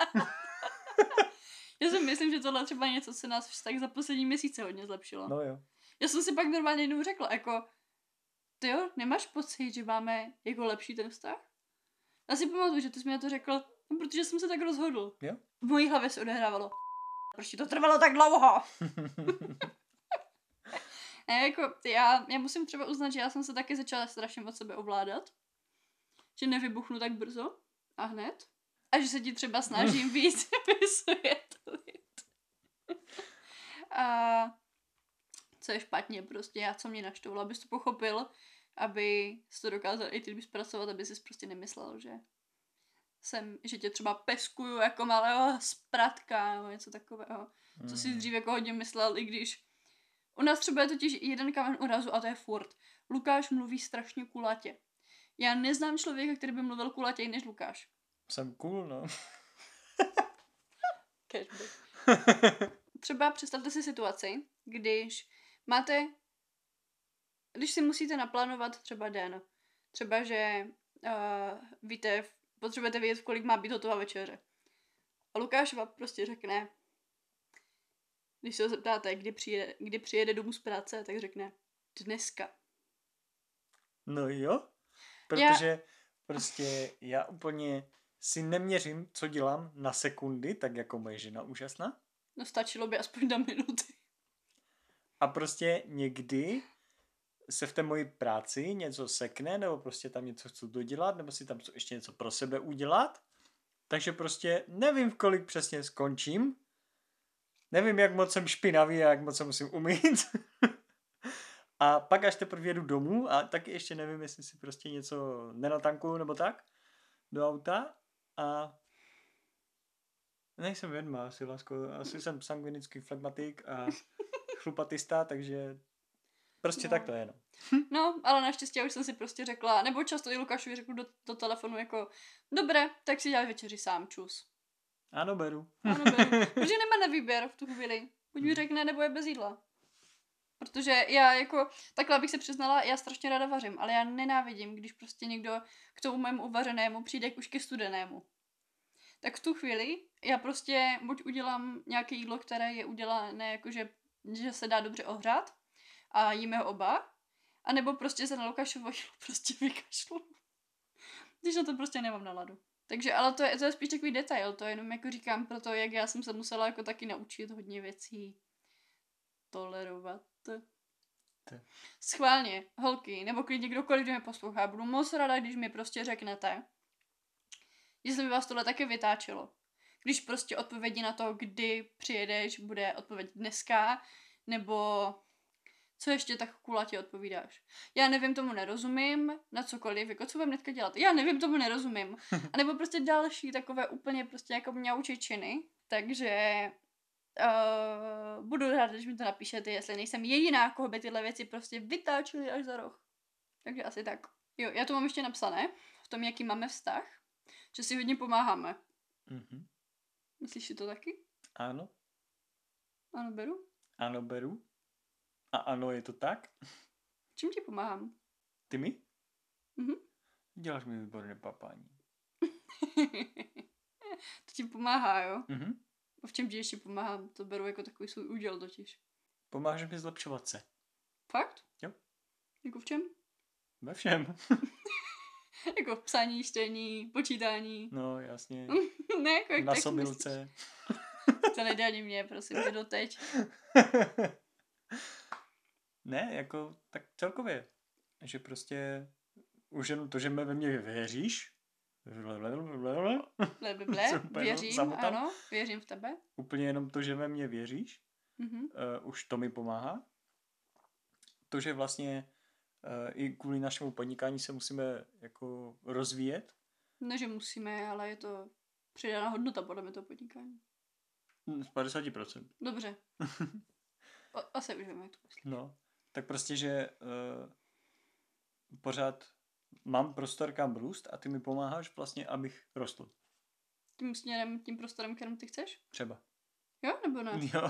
Já si myslím, že tohle třeba něco se nás vztah za poslední měsíce hodně zlepšilo. No jo. Já jsem si pak normálně jednou řekla, jako, ty jo, nemáš pocit, že máme jako lepší ten vztah? Já si pamatuju, že ty jsi mi na to řekl, no, protože jsem se tak rozhodl. Jo? V mojí hlavě se odehrávalo. Proč ti to trvalo tak dlouho? Ne, jako, já musím třeba uznat, že já jsem se taky začala strašně od sebe ovládat. Že nevybuchnu tak brzo a hned. A že se ti třeba snažím víc vysvětlit. A co je špatně prostě, já co mě naštvalo, abys to pochopil, aby jsi to dokázal i ty zpracovat, aby jsi prostě nemyslel, že tě třeba peskuju jako malého spratka nebo něco takového. Co si dřív jako hodně myslel, i když u nás třeba je totiž jeden kámen úrazu a to je furt. Lukáš mluví strašně kulatě. Já neznám člověka, který by mluvil kulatěji než Lukáš. Jsem cool, no. Třeba představte si situaci, když si musíte naplánovat třeba den. Třeba, že potřebujete vědět, v kolik má být hotová večeře. A Lukáš vám prostě řekne, když se ho zeptáte, kdy přijede domů z práce, tak řekne dneska. No jo, protože prostě já úplně si neměřím, co dělám na sekundy, tak jako moje žena úžasná. No stačilo by aspoň na minuty. A prostě někdy se v té mojí práci něco sekne, nebo prostě tam něco chci dodělat, nebo si tam ještě něco pro sebe udělat. Takže prostě nevím, v kolik přesně skončím. Nevím, jak moc jsem špinavý a jak moc se musím umýt. A pak až teprve jedu domů a taky ještě nevím, jestli si prostě něco nenatankuju nebo tak do auta. A nejsem vědma asi, lásko. Asi jsem sanguinický flegmatik a chlupatista, takže prostě tak to je, no. No, ale naštěstí já už jsem si prostě řekla, nebo často i Lukášovi řeknu do telefonu jako, dobré, tak si dělej večeři sám, čus. Ano, beru. Protože nemá na výběr v tu chvíli. Buď mi řekne, nebo je bez jídla. Protože já jako, takhle bych se přiznala, já strašně ráda vařím, ale já nenávidím, když prostě někdo k tomu mému uvařenému přijde už ke studenému. Tak v tu chvíli já prostě buď udělám nějaké jídlo, které je udělané jakože, že se dá dobře ohřát a jíme ho oba, anebo prostě se na Lukášovo jídlo prostě vykašlu. Když na to prostě nemám náladu. Takže, ale to je spíš takový detail, to jenom jako říkám pro to, jak já jsem se musela jako taky naučit hodně věcí tolerovat. Schválně, holky, nebo klidně kdokoliv, kdo mě poslouchá, budu moc ráda, když mi prostě řeknete, jestli by vás tohle taky vytáčelo. Když prostě odpovědi na to, kdy přijedeš, bude odpověď dneska, nebo co ještě tak kulatě odpovídáš. Já nevím, tomu nerozumím, na cokoliv, jako co budeme dneska dělat. Já nevím, tomu nerozumím. A nebo prostě další takové úplně prostě jako mňaučičiny. Takže budu ráda, když mi to napíšete, jestli nejsem jediná, koho by tyhle věci prostě vytáčely až za roh. Takže asi tak. Jo, já to mám ještě napsané, v tom, jaký máme vztah, že si hodně pomáháme. Mhm. Myslíš si to taky? Ano. Ano, beru. Ano, beru. A ano, je to tak? Čím ti pomáhám? Ty mi? Mhm. Děláš mi výborné papání. To ti pomáhá, jo? Mhm. V čem ti ještě pomáhám? To beru jako takový svůj úděl totiž. Pomáháš mi zlepšovat se. Fakt? Jo. Jako v čem? Ve všem. Jako v psaní, čtení, počítání. No, jasně. Ne, jako jak Na tak sobilce. To nedělí mě, prosím tě, doteď. Ne, jako tak celkově. Že prostě už jenom to, že ve mě věříš. Věřím, ano, věřím v tebe. Úplně jenom to, že ve mě věříš. Mhm. Už to mi pomáhá. To, že vlastně i kvůli našemu podnikání se musíme jako rozvíjet. Ne, že musíme, ale je to přidaná hodnota podle mě toho podnikání. Z 50%. Dobře. Asi už vím, jak to myslím. No, tak prostě, že pořád mám prostor kam růst a ty mi pomáháš vlastně, abych rostl. Tím směrem, tím prostorem, kterým ty chceš? Třeba. Jo, nebo ne? Jo.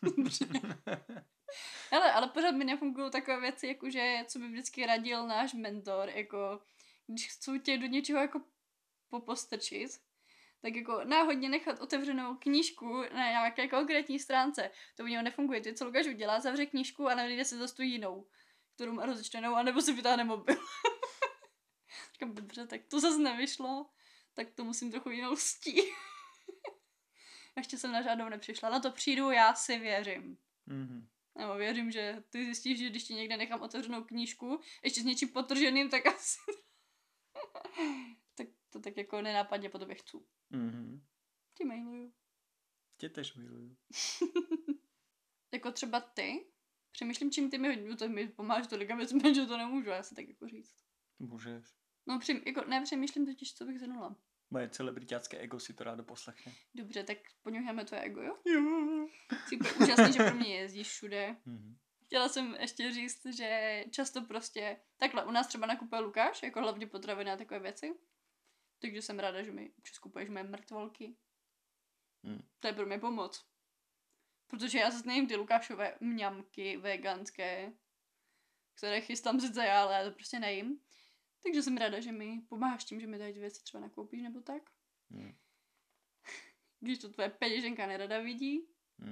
Hele, ale pořád mi nefungují takové věci, jakože, co by vždycky radil náš mentor, jako, když chci tě do něčeho jako popostrčit, tak jako náhodně nechat otevřenou knížku na nějaké konkrétní stránce. To u něho nefunguje. Ty, co Lukáš udělá, zavře knížku a nejde si zase tu jinou, kterou má rozečtenou, anebo si vytáhne mobil. Říkám, dobře, tak to zase nevyšlo, tak to musím trochu jinou stí. Ještě jsem na žádnou nepřišla. Na to přijdu, já si věřím. Mm-hmm. Nebo věřím, že ty zjistíš, že když ti někde nechám otevřenou knížku, ještě s něčím potrženým, tak asi... tak to tak jako nenápadně po tobě chci. Mm-hmm. Ti mailuju. Tě tež miluju. Jako třeba ty. Přemýšlím, čím ty mi pomáháš tolika věcmi, že to nemůžu, já si tak jako říct. Můžeš. No, nepřemýšlím totiž, co bych zhrnula. Moje celebritácké ego si to rádo poslechne. Dobře, tak poňuháme tvoje ego, jo? Jo. Super, úžasný, že pro mě jezdíš všude. Mm-hmm. Chtěla jsem ještě říct, že často prostě, takhle u nás třeba nakupuje Lukáš, jako hlavně potraviny a takové věci. Takže jsem ráda, že mi občas kupuješ moje mrtvolky. To je pro mě pomoc. Protože já zase nejím ty Lukášové mňamky veganské, které chystám sice já, ale já to prostě nejím. Takže jsem ráda, že mi pomáháš tím, že mi tady ty věci třeba nakoupíš nebo tak. Když to tvoje peněženka nerada vidí.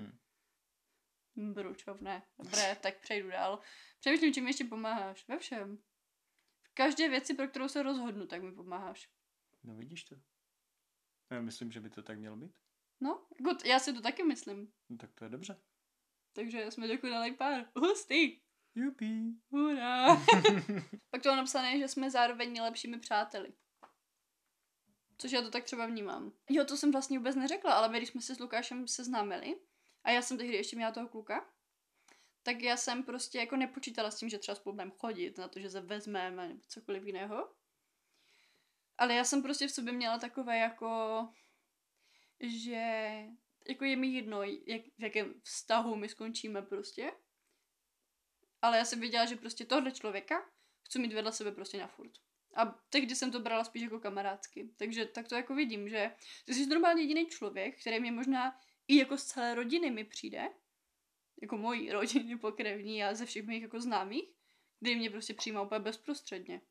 Bručovné. Dobré, tak přejdu dál. Přemýšlím, čím ještě pomáháš. Ve všem. V každé věci, pro kterou se rozhodnu, tak mi pomáháš. No vidíš to. Já myslím, že by to tak mělo být. No, jako já si to taky myslím. No tak to je dobře. Takže jsme dokonalý pár. Hustý. Jupi. Hurá. Pak to je napsané, že jsme zároveň nejlepšími přáteli. Což já to tak třeba vnímám. Jo, to jsem vlastně vůbec neřekla, ale my, když jsme se s Lukášem seznámili, a já jsem tehdy ještě měla toho kluka, tak já jsem prostě jako nepočítala s tím, že třeba spolu budeme chodit, na to, že se vezmeme nebo cokoliv jiného. Ale já jsem prostě v sobě měla takové jako, že jako je mi jedno, v jakém vztahu my skončíme prostě. Ale já jsem věděla, že prostě tohle člověka chci mít vedle sebe prostě na furt. A tehdy jsem to brala spíš jako kamarádsky. Takže tak to jako vidím, že ty jsi normálně jediný člověk, který mě možná i jako z celé rodiny mi přijde, jako mojí rodiny pokrevní a ze všech mých jako známých, kdy mě prostě přijímá úplně bezprostředně.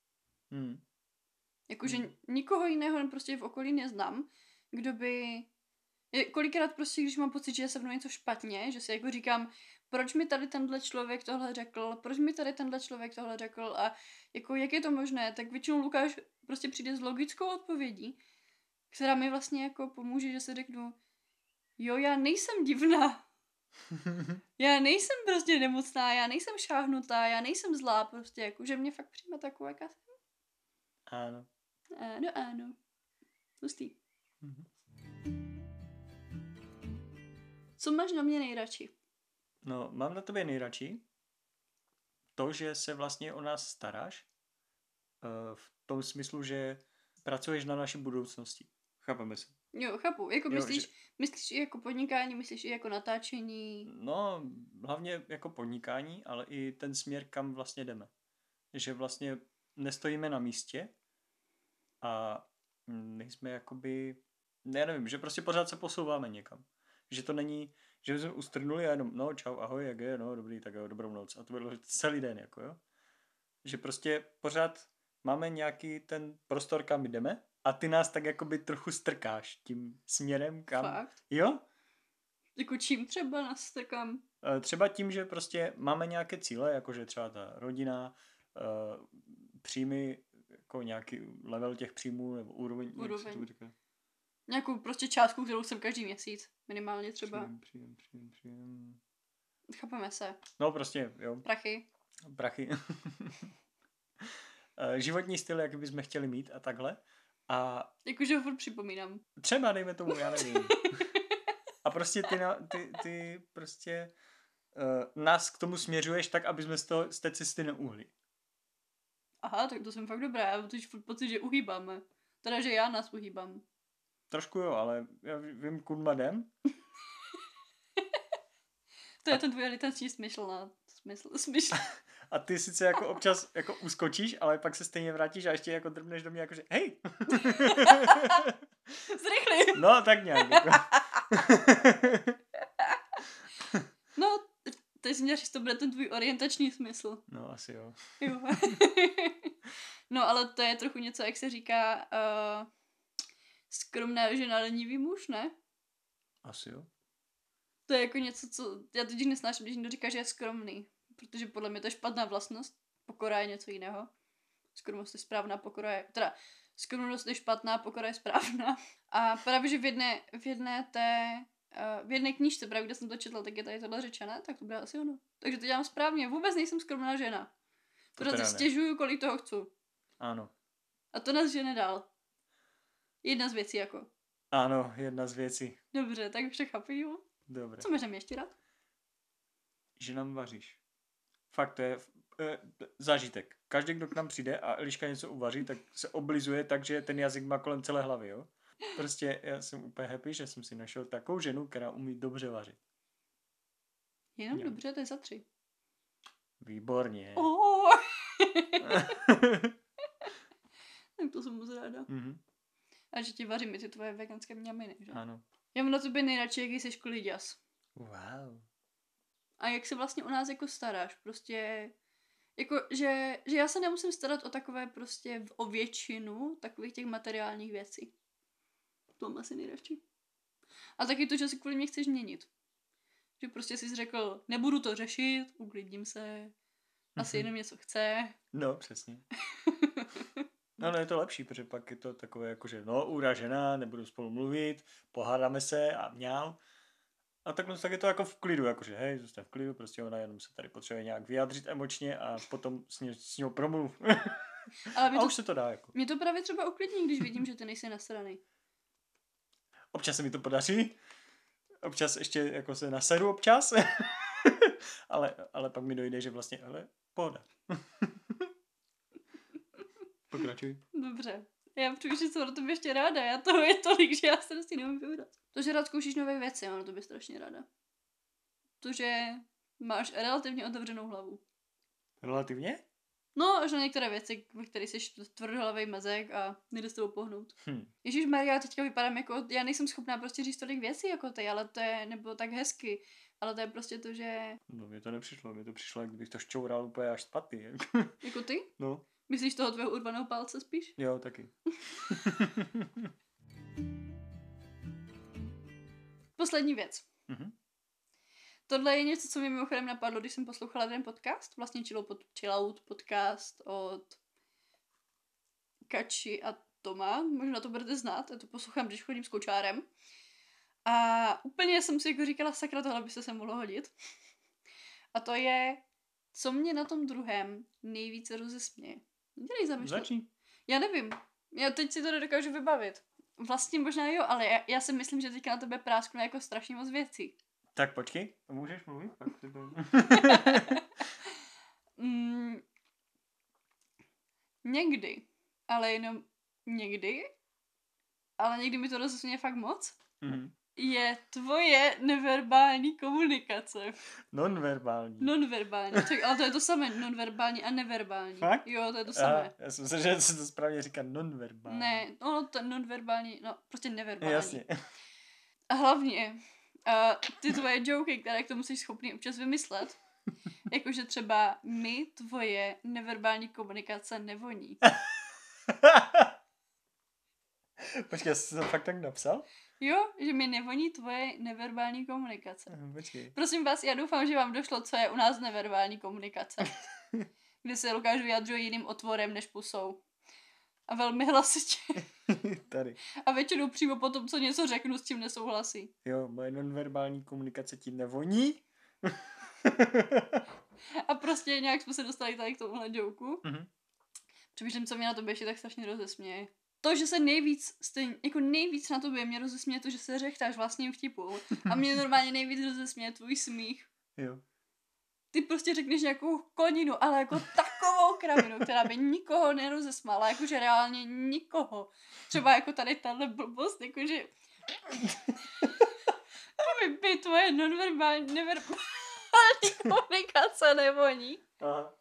Jakože nikoho jiného prostě v okolí neznám, kdo by... Kolikrát prostě, když mám pocit, že se mnou něco špatně, že si jako říkám, proč mi tady tenhle člověk tohle řekl, proč mi tady tenhle člověk tohle řekl a jako jak je to možné, tak většinou Lukáš prostě přijde s logickou odpovědí, která mi vlastně jako pomůže, že si řeknu, jo, já nejsem divná. Já nejsem prostě nemocná, já nejsem šáhnutá, já nejsem zlá, prostě jako, že mě fakt přijme takovou, jaká jsem. Ano. Ano. Hustý. Mhm. Co máš na mě nejradši? No, mám na tobě nejradši to, že se vlastně o nás staráš v tom smyslu, že pracuješ na naší budoucnosti. Chápeme se. Jo, chápu. Jako Jo, myslíš i jako podnikání, myslíš i jako natáčení? No, hlavně jako podnikání, ale i ten směr, kam vlastně jdeme. Že vlastně nestojíme na místě a nejsme jakoby, já nevím, že prostě pořád se posouváme někam. Že to není, že jsme ustrnuli a jenom, no čau, ahoj, jak je, no dobrý, tak jo, dobrou noc. A to bylo celý den, jako jo. Že prostě pořád máme nějaký ten prostor, kam jdeme a ty nás tak jakoby trochu strkáš tím směrem, kam. Fakt? Jo? Jako čím třeba nás strkám? Třeba tím, že prostě máme nějaké cíle, jakože třeba ta rodina, příjmy, jako nějaký level těch příjmů, nebo úroveň. Nějakou prostě částku, kterou jsem každý měsíc. Minimálně třeba. Příjem. Chápeme se. No prostě, jo. Prachy. Životní styl, jaký bychom chtěli mít a takhle. A jakože ho furt připomínám. Třeba, dejme tomu, já nevím. A prostě ty prostě nás k tomu směřuješ tak, aby jsme z té cesty neuhli. Aha, tak to jsem fakt dobrá. Já totiž furt pocit, že uhýbáme. Teda, že já nás uhýbám. Trošku jo, ale já vím, kudy jdem. To je ten tvůj alitanční smysl. A ty sice jako občas jako uskočíš, ale pak se stejně vrátíš a ještě jako drbneš do mě jakože hej! Zrychli! No, tak nějak. Jako. No, teď jsi měl říct, to bude ten tvůj orientační smysl. No, asi jo. No, ale to je trochu něco, jak se říká skromná žena, lenivý muž, ne? Asi jo. To je jako něco, co já totiž nesnáším, když někdo říká, že je skromný. Protože podle mě to je špatná vlastnost. Pokora je něco jiného. Skromnost je správná, pokora je... Teda, skromnost je špatná, pokora je správná. A právě, že v jedné knížce, právě kde jsem to četla, tak je tady tohle řečené, tak to bude asi ono. Takže to dělám správně. Vůbec nejsem skromná žena. Pořád si stěžuju, kolik toho chci. Ano. A to nás žene dál. Jedna z věcí jako. Ano, jedna z věcí. Dobře, tak už to chápu. Dobře. Co můžeme ještě rád? Že nám vaříš. Fakt, to je zážitek. Každý, kdo k nám přijde a Eliška něco uvaří, tak se oblizuje tak, že ten jazyk má kolem celé hlavy, jo? Prostě já jsem úplně happy, že jsem si našel takovou ženu, která umí dobře vařit. Jenom dobře, to je za 3. Výborně. Oh. Tak to jsem moc ráda. Mm-hmm. A že ti vařím i ty tvoje veganské mňaminy, že? Ano. Já mám na tobě nejradši, jaký jsi školiďas. Wow. A jak se vlastně o nás jako staráš, prostě, jako, že já se nemusím starat o takové prostě, o většinu takových těch materiálních věcí. To mám asi nejradši. A taky to, že si kvůli mě chceš měnit. Že prostě jsi řekl, nebudu to řešit, uklidním se, asi jenom něco chce. No, přesně. No, je to lepší, protože pak je to takové jako, že no, uražená, nebudu spolu mluvit, pohádáme se a mňau. A tak je to jako v klidu, jakože hej, zůstaň v klidu, prostě ona jenom se tady potřebuje nějak vyjádřit emočně a potom s ní promluv. Ale a už se to dá, jako. Mě to právě třeba uklidní, když vidím, že ty nejsi nasranej. Občas se mi to podaří, občas ještě jako se naseru občas, ale pak mi dojde, že vlastně, hele, pohoda. Pokračuj. Dobře. Já přijdu, že jsem na tobě ještě ráda. Já toho je tolik, že já se prostě nemůžu vybrat. To, že rád zkoušíš nové věci, mám na tobě strašně ráda. To, že máš relativně otevřenou hlavu. Relativně? No, až na některé věci, ve kterých jsi tvrdohlavej mezek a nejde s tebou pohnout. Ježišmarja, já teďka vypadám jako, já nejsem schopná prostě říct tolik věcí jako ty, ale to je, nebo tak hezky. Ale to je prostě to, že... No, mně to nepřišlo, jak kdybych to šťoural úplně až spaty. Jako ty? No. Myslíš toho tvého urvaného palce spíš? Jo, taky. Poslední věc. Mm-hmm. Tohle je něco, co mi mimochodem napadlo, když jsem poslouchala ten podcast, vlastně Chillout podcast od Kači a Toma, možná to budete znát, já to poslouchám, když chodím s kočárem. A úplně jsem si jako říkala, sakra, tohle by se mohlo hodit. A to je, co mě na tom druhém nejvíce rozesměje. Dělej zamýšlet. Začni. Já nevím. Já teď si to nedokážu vybavit. Vlastně možná jo, ale já si myslím, že teďka na tebe prásknu jako strašně moc věcí. Tak počkej, můžeš mluvit? Někdy, ale jenom někdy, ale někdy mi to rozesměje fakt moc, je tvoje neverbální komunikace. Nonverbální. Nonverbální. Tak, ale to je to samé, nonverbální a neverbální. Fakt? Jo, to je to samé. Já jsem se, že se to správně říká nonverbální. Ne, no to nonverbální, no prostě neverbální. Jasně. A hlavně ty tvoje joky, které k tomu jsi schopný občas vymyslet, jakože třeba mi tvoje neverbální komunikace nevoní. Počkej, jsi to fakt tak napsal? Jo, že mi nevoní tvoje neverbální komunikace. Počkej. Prosím vás, já doufám, že vám došlo, co je u nás neverbální komunikace. Kdy se Lukáš vyjadřuje jiným otvorem než pusou. A velmi hlasitě. Tady. A většinou přímo po tom, co něco řeknu, s tím nesouhlasí. Jo, moje nonverbální komunikace ti nevoní? A prostě nějak jsme se dostali tady k tomuhle joku. Mhm. Přemýšlím, co mě na tobě ještě tak strašně rozesměje. To, že se nejvíc na tobě mě rozesměje to, že se řechtáš vlastním vtipu. A mě normálně nejvíc rozesměje tvůj smích. Jo. Ty prostě řekneš nějakou koninu, ale jako takovou kravinu, která by nikoho nerozesmála, jakože reálně nikoho. Třeba jako tady tahle blbost, jakože by tvoje neverbální komunikace nevoní. Aha.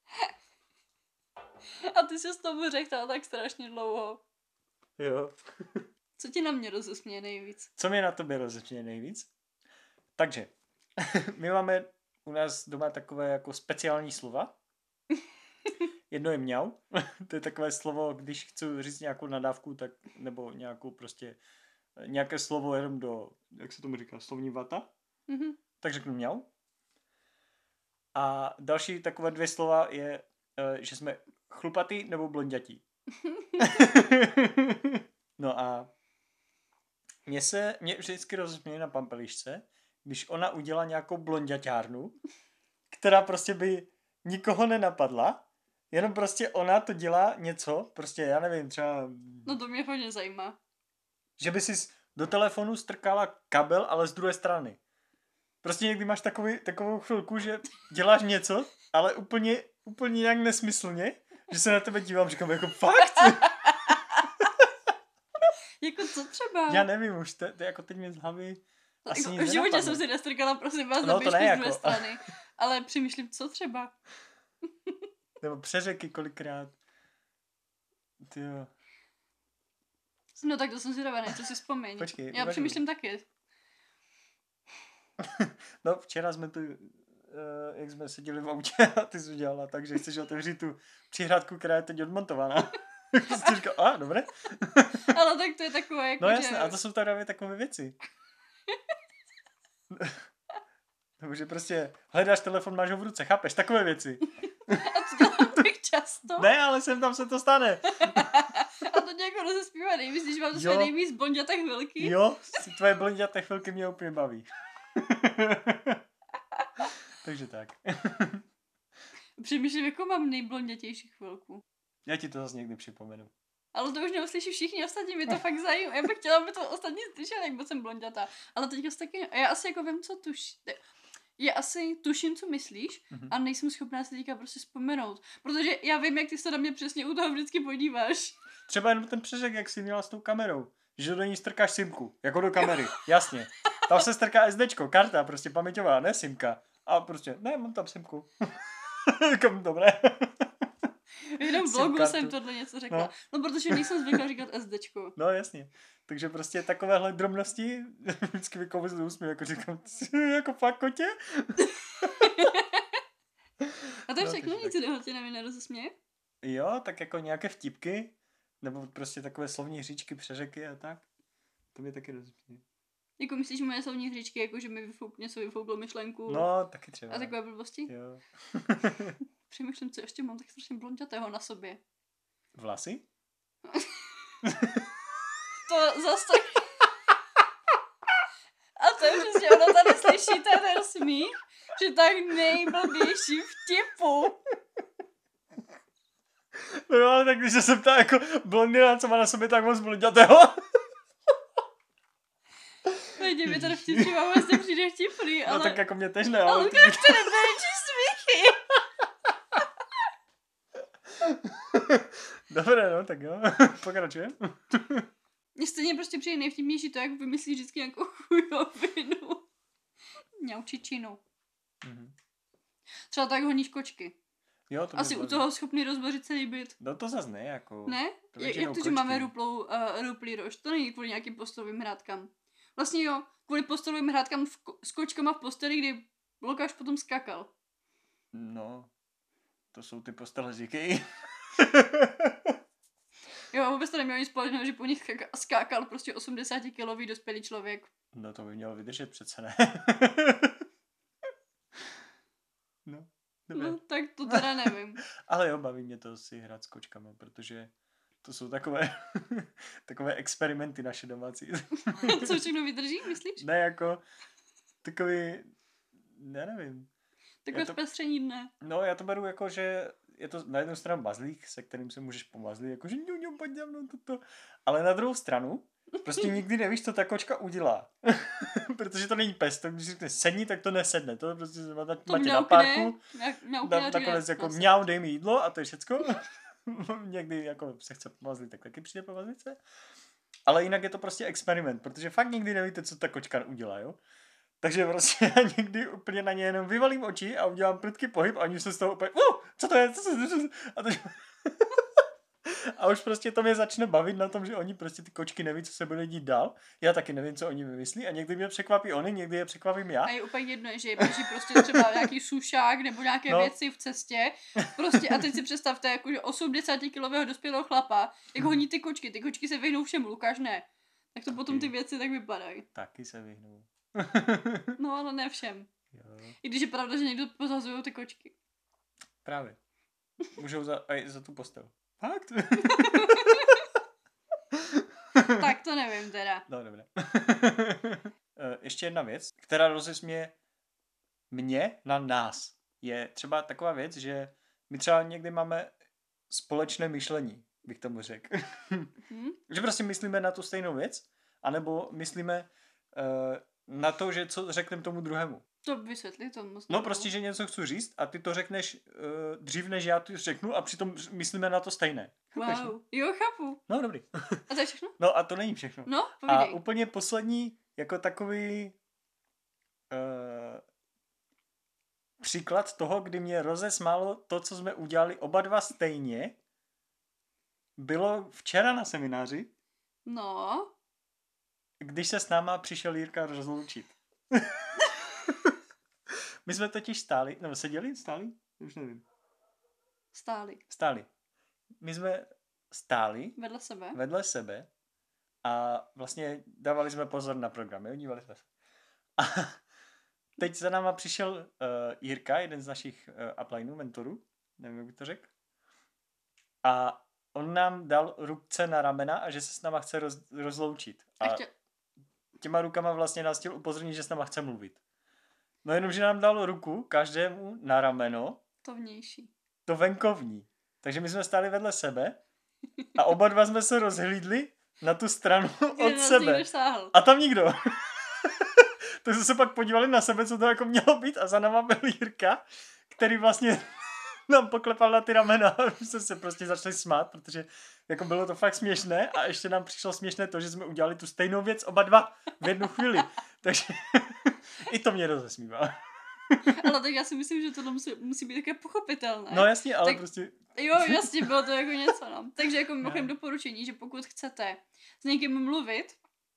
A ty se s tomu řekla tak strašně dlouho. Jo. Co ti na mě rozesměje nejvíc? Co mě na tobě rozesměje nejvíc? Takže, my máme u nás doma takové jako speciální slova. Jedno je mňau. To je takové slovo, když chci říct nějakou nadávku, tak, nebo nějakou prostě, nějaké slovo jenom do, jak se tomu říká, slovní vata. Mhm. Tak řeknu mňau. A další takové dvě slova je, že jsme chlupatý nebo blonďatí. No a mě vždycky rozesměje na Pampelišce, když ona udělá nějakou blonďaťárnu, která prostě by nikoho nenapadla, jenom prostě ona to dělá něco, prostě já nevím, třeba... No to mě hodně zajímá. Že by si do telefonu strkala kabel, ale z druhé strany. Prostě někdy máš takovou chvilku, že děláš něco, ale úplně nějak nesmyslně, že se na tebe dívám, říkám jako fakt? Jako co třeba? Já nevím, už to jako teď mě z hlavy asi jako, nic v životě nenapadne. jsem si nestrkala, prosím vás, No, na to běžku ne, z jako. druhé strany. Ale přemýšlím, co třeba? Nebo přeřeky kolikrát. Tyjo. No tak to jsem zvědavá, co si vzpomeň. Počkej, Já uvažuj. přemýšlím taky. No včera jsme tu, jak jsme seděli v autě a ty jsi udělala tak, že chceš otevřít tu přihrádku, která je teď odmontovaná. Jsi říkal, dobré. Ale tak to je takové, jako No jasně, že... a to jsou právě takové věci. Nebo že prostě hledáš telefon, máš ho v ruce, chápeš, takové věci. A to dělám tak často. Ne, ale sem tam se to stane. A to tě jako rozespívá nejvíc, když mám to své nejvíc blonďaté chvilky. Jo, tvoje blonďaté chvilky mě úplně baví. Takže tak. Přemýšlím, jako mám nejblondětější chvilku. Já ti to zase někdy připomenu. Ale to už neuslyší všichni ostatní, mě to fakt zajímá. Já bych chtěla, aby to ostatní slyšeli, jak moc jsem blonďatá. Ale teďka taky, já asi jako vím, co tuším, co myslíš, a nejsem schopná si teďka prostě vzpomenout. Protože já vím, jak ty se na mě přesně u toho vždycky podíváš. Třeba jenom ten přeřek, jak jsi měla s tou kamerou. Že do ní strkáš simku, jako do kamery, jasně. Tam se strká SDčko, karta, prostě paměťová, ne simka. A prostě, ne, mám tam simku. Dobré. V jednom vlogu jsem tohle něco řekla. No, protože nejsem zvyklá říkat SDčko. No jasně. Takže prostě takovéhle drobnosti vždycky vykouzlu úsměv, jako říkám, jako fakt kotě. A to je všechno, nic jiného tě na mě nerozesměje? Jo, tak jako nějaké vtipky, nebo prostě takové slovní hříčky, přeřeky a tak. To mě taky rozesměje. Jako myslíš moje slovní hříčky, jako že mi něco vyfouklo myšlenku? No, taky třeba. A takové blbosti? Jo. Přemýšlím, co ještě mám tak strašně blonďatého na sobě. Vlasy? To zase tak... to je přesně, ono tady slyšíte ten smích, že tak nejblbější vtipu. No ale tak když se ptá jako blondina, co má na sobě tak moc blondětého. Lidi, mi ten vtip vám vlastně přijde vtipný, ale... No tak jako mě tež ne, Ale ale... Lukáš, to nebyly smíchy. Dobré, no, tak jo. Pokračujem. Mně stejně prostě přijde nejvtipnější to, jak vymyslí vždycky nějakou chujovinu. Ňaučičinu. Třeba tak honíš kočky. Jo, to Asi u toho schopný rozbořit celý byt. No to zas ne, jako... Ne? Jak to, že máme ruplý rož? To není kvůli nějakým postelovým hrádkám. Vlastně jo, kvůli postelovým hrádkám s kočkama v posteli, kdy Lukáš potom skákal. No, to jsou ty postele z IKEA. Jo, vůbec to nemělo nic společného, že po nich skákal prostě 80-kilový dospělý člověk. No to by mělo vydržet přece, ne? No, dobré. No, tak to teda nevím. Ale jo, baví mě to si hrát s kočkama, protože to jsou takové takové experimenty naše domácí. Co všechno vydrží, myslíš? Ne, jako takový, já nevím. Takové zpestření dne. No, já to beru jako, že je to na jednu stranu mazlík, se kterým se můžeš pomazlit, jakože pojď za mnou toto. Ale na druhou stranu, prostě nikdy nevíš, co ta kočka udělá. Protože to není pes, to když řekne sedni, tak to nesedne. To prostě máte na parku, nakonec jako mňau, dej mi jídlo a to je všecko. Někdy jako se chce pomazlit, tak taky přijde pomazlit se. Ale jinak je to prostě experiment, protože fakt nikdy nevíte, co ta kočka udělá, jo. Takže prostě já někdy úplně na ně jenom vyvalím oči a udělám prudký pohyb a oni se z toho úplně, co to je? A už prostě to mě začne bavit na tom, že oni prostě ty kočky neví, co se bude dít dál. Já taky nevím, co oni vymyslí a někdy mě překvapí oni, někdy je překvapím já. A je úplně jedno, že je běží prostě třeba nějaký sušák nebo nějaké věci v cestě. Prostě a teď si představte, jakože 80-kilového dospělého chlapa, jak honí ty kočky se vyhnou všemu, Lukáš ne. Tak to taky. Potom ty věci tak vypadají. Taky se vyhnou. No, ale ne všem. Jo. I když je pravda, že někdo pozazují ty kočky. Právě. Můžou za tu postel. Fakt? Tak to nevím teda. No, dobré. Ještě jedna věc, která rozesměje mě na nás. Je třeba taková věc, že my třeba někdy máme společné myšlení, bych tomu řekl. Že prostě myslíme na tu stejnou věc, anebo myslíme na to, že co řekneme tomu druhému. To vysvětli to moc. No prostě, že něco chci říct a ty to řekneš dřív, než já to řeknu a přitom myslíme na to stejné. Chápeš, wow, jo, chápu. No, dobrý. A to je všechno? No a to není všechno. No, povídej. A úplně poslední, jako takový příklad toho, kdy mě rozesmálo to, co jsme udělali oba dva stejně, bylo včera na semináři. No. Když se s náma přišel Jirka rozloučit. My jsme totiž stáli, nebo seděli? Stáli? Už nevím. Stáli. My jsme stáli vedle sebe a vlastně dávali jsme pozor na program, jo? Dívali jsme se. A teď za náma přišel Jirka, jeden z našich uplineů, mentorů, nevím, jak bych to řekl. A on nám dal ruce na ramena a že se s náma chce rozloučit. A těma rukama vlastně nás chtěl upozornit, že s náma chce mluvit. No jenom, že nám dal ruku každému na rameno. To vnější. To venkovní. Takže my jsme stáli vedle sebe a oba dva jsme se rozhlídli na tu stranu od sebe. A tam nikdo. Tak jsme se pak podívali na sebe, co to jako mělo být a za náma byl Jirka, který vlastně nám poklepal na ty ramena a my jsme se prostě začali smát, protože jako bylo to fakt směšné a ještě nám přišlo směšné to, že jsme udělali tu stejnou věc oba dva v jednu chvíli. Takže i to mě rozesmívá. Ale tak já si myslím, že tohle musí být také pochopitelné. No jasně, ale tak, prostě... Jo, jasně, bylo to jako něco, no. Takže jako mimochodem doporučení, že pokud chcete s někým mluvit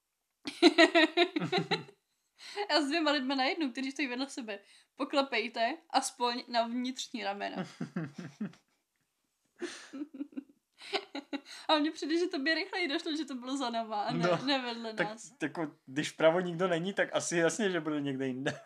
a s 2 lidmi najednou, kteří stojí vedle sebe, poklepejte aspoň na vnitřní ramena. A mně přijde, že to by rychleji došlo, že to bylo za náma a ne vedle nás. Tak jako, když vpravo nikdo není, tak asi jasně, že bude někde jinde.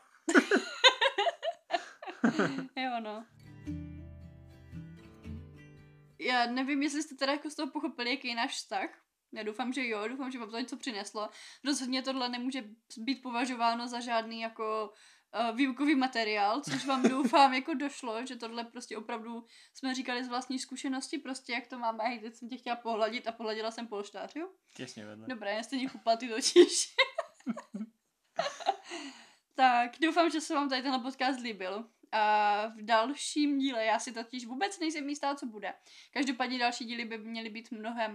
Jo, no. Já nevím, jestli jste teda jako z toho pochopili, jaký je náš vztah, Já doufám, že jo, doufám, že vám to něco přineslo. Rozhodně tohle nemůže být považováno za žádný jako výukový materiál, což vám doufám jako došlo, že tohle prostě opravdu jsme říkali z vlastní zkušenosti, prostě jak to máme. Hej, teď jsem tě chtěla pohladit a pohladila jsem polštář, jo? Těsně vedle. Dobré, já stejně chupatý totiž. Tak, doufám, že se vám tady tenhle podcast líbil. A v dalším díle, já si totiž vůbec nejsem jistá, co bude. Každopádně další díly by měly být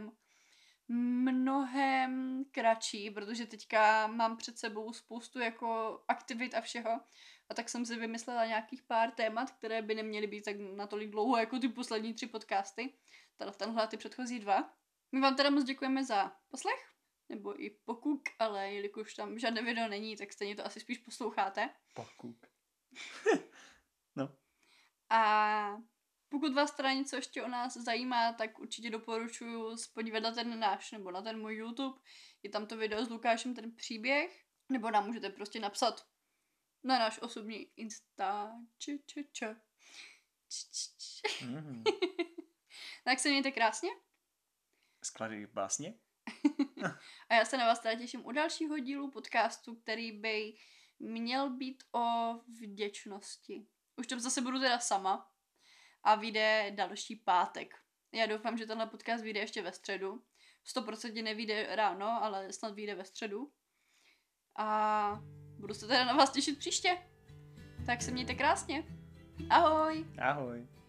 mnohem kratší, protože teďka mám před sebou spoustu jako aktivit a všeho. A tak jsem si vymyslela nějakých pár témat, které by neměly být tak natolik dlouho jako ty poslední 3 podcasty. Teda v tenhle ty předchozí 2. My vám teda moc děkujeme za poslech, nebo i pokuk, ale jelikož tam žádné video není, tak stejně to asi spíš posloucháte. Pokuk. No. A pokud vás teda něco ještě o nás zajímá, tak určitě doporučuji podívat na ten náš, nebo na ten můj YouTube. Je tam to video s Lukášem, ten příběh. Nebo nám můžete prostě napsat na náš osobní Insta. Tak se mějte krásně. Sklady básně. A já se na vás teda těším u dalšího dílu podcastu, který by měl být o vděčnosti. Už tam zase budu teda sama a vyjde další pátek. Já doufám, že tenhle podcast vyjde ještě ve středu. 100% nevyjde ráno, ale snad vyjde ve středu. A budu se teda na vás těšit příště. Tak se mějte krásně. Ahoj! Ahoj!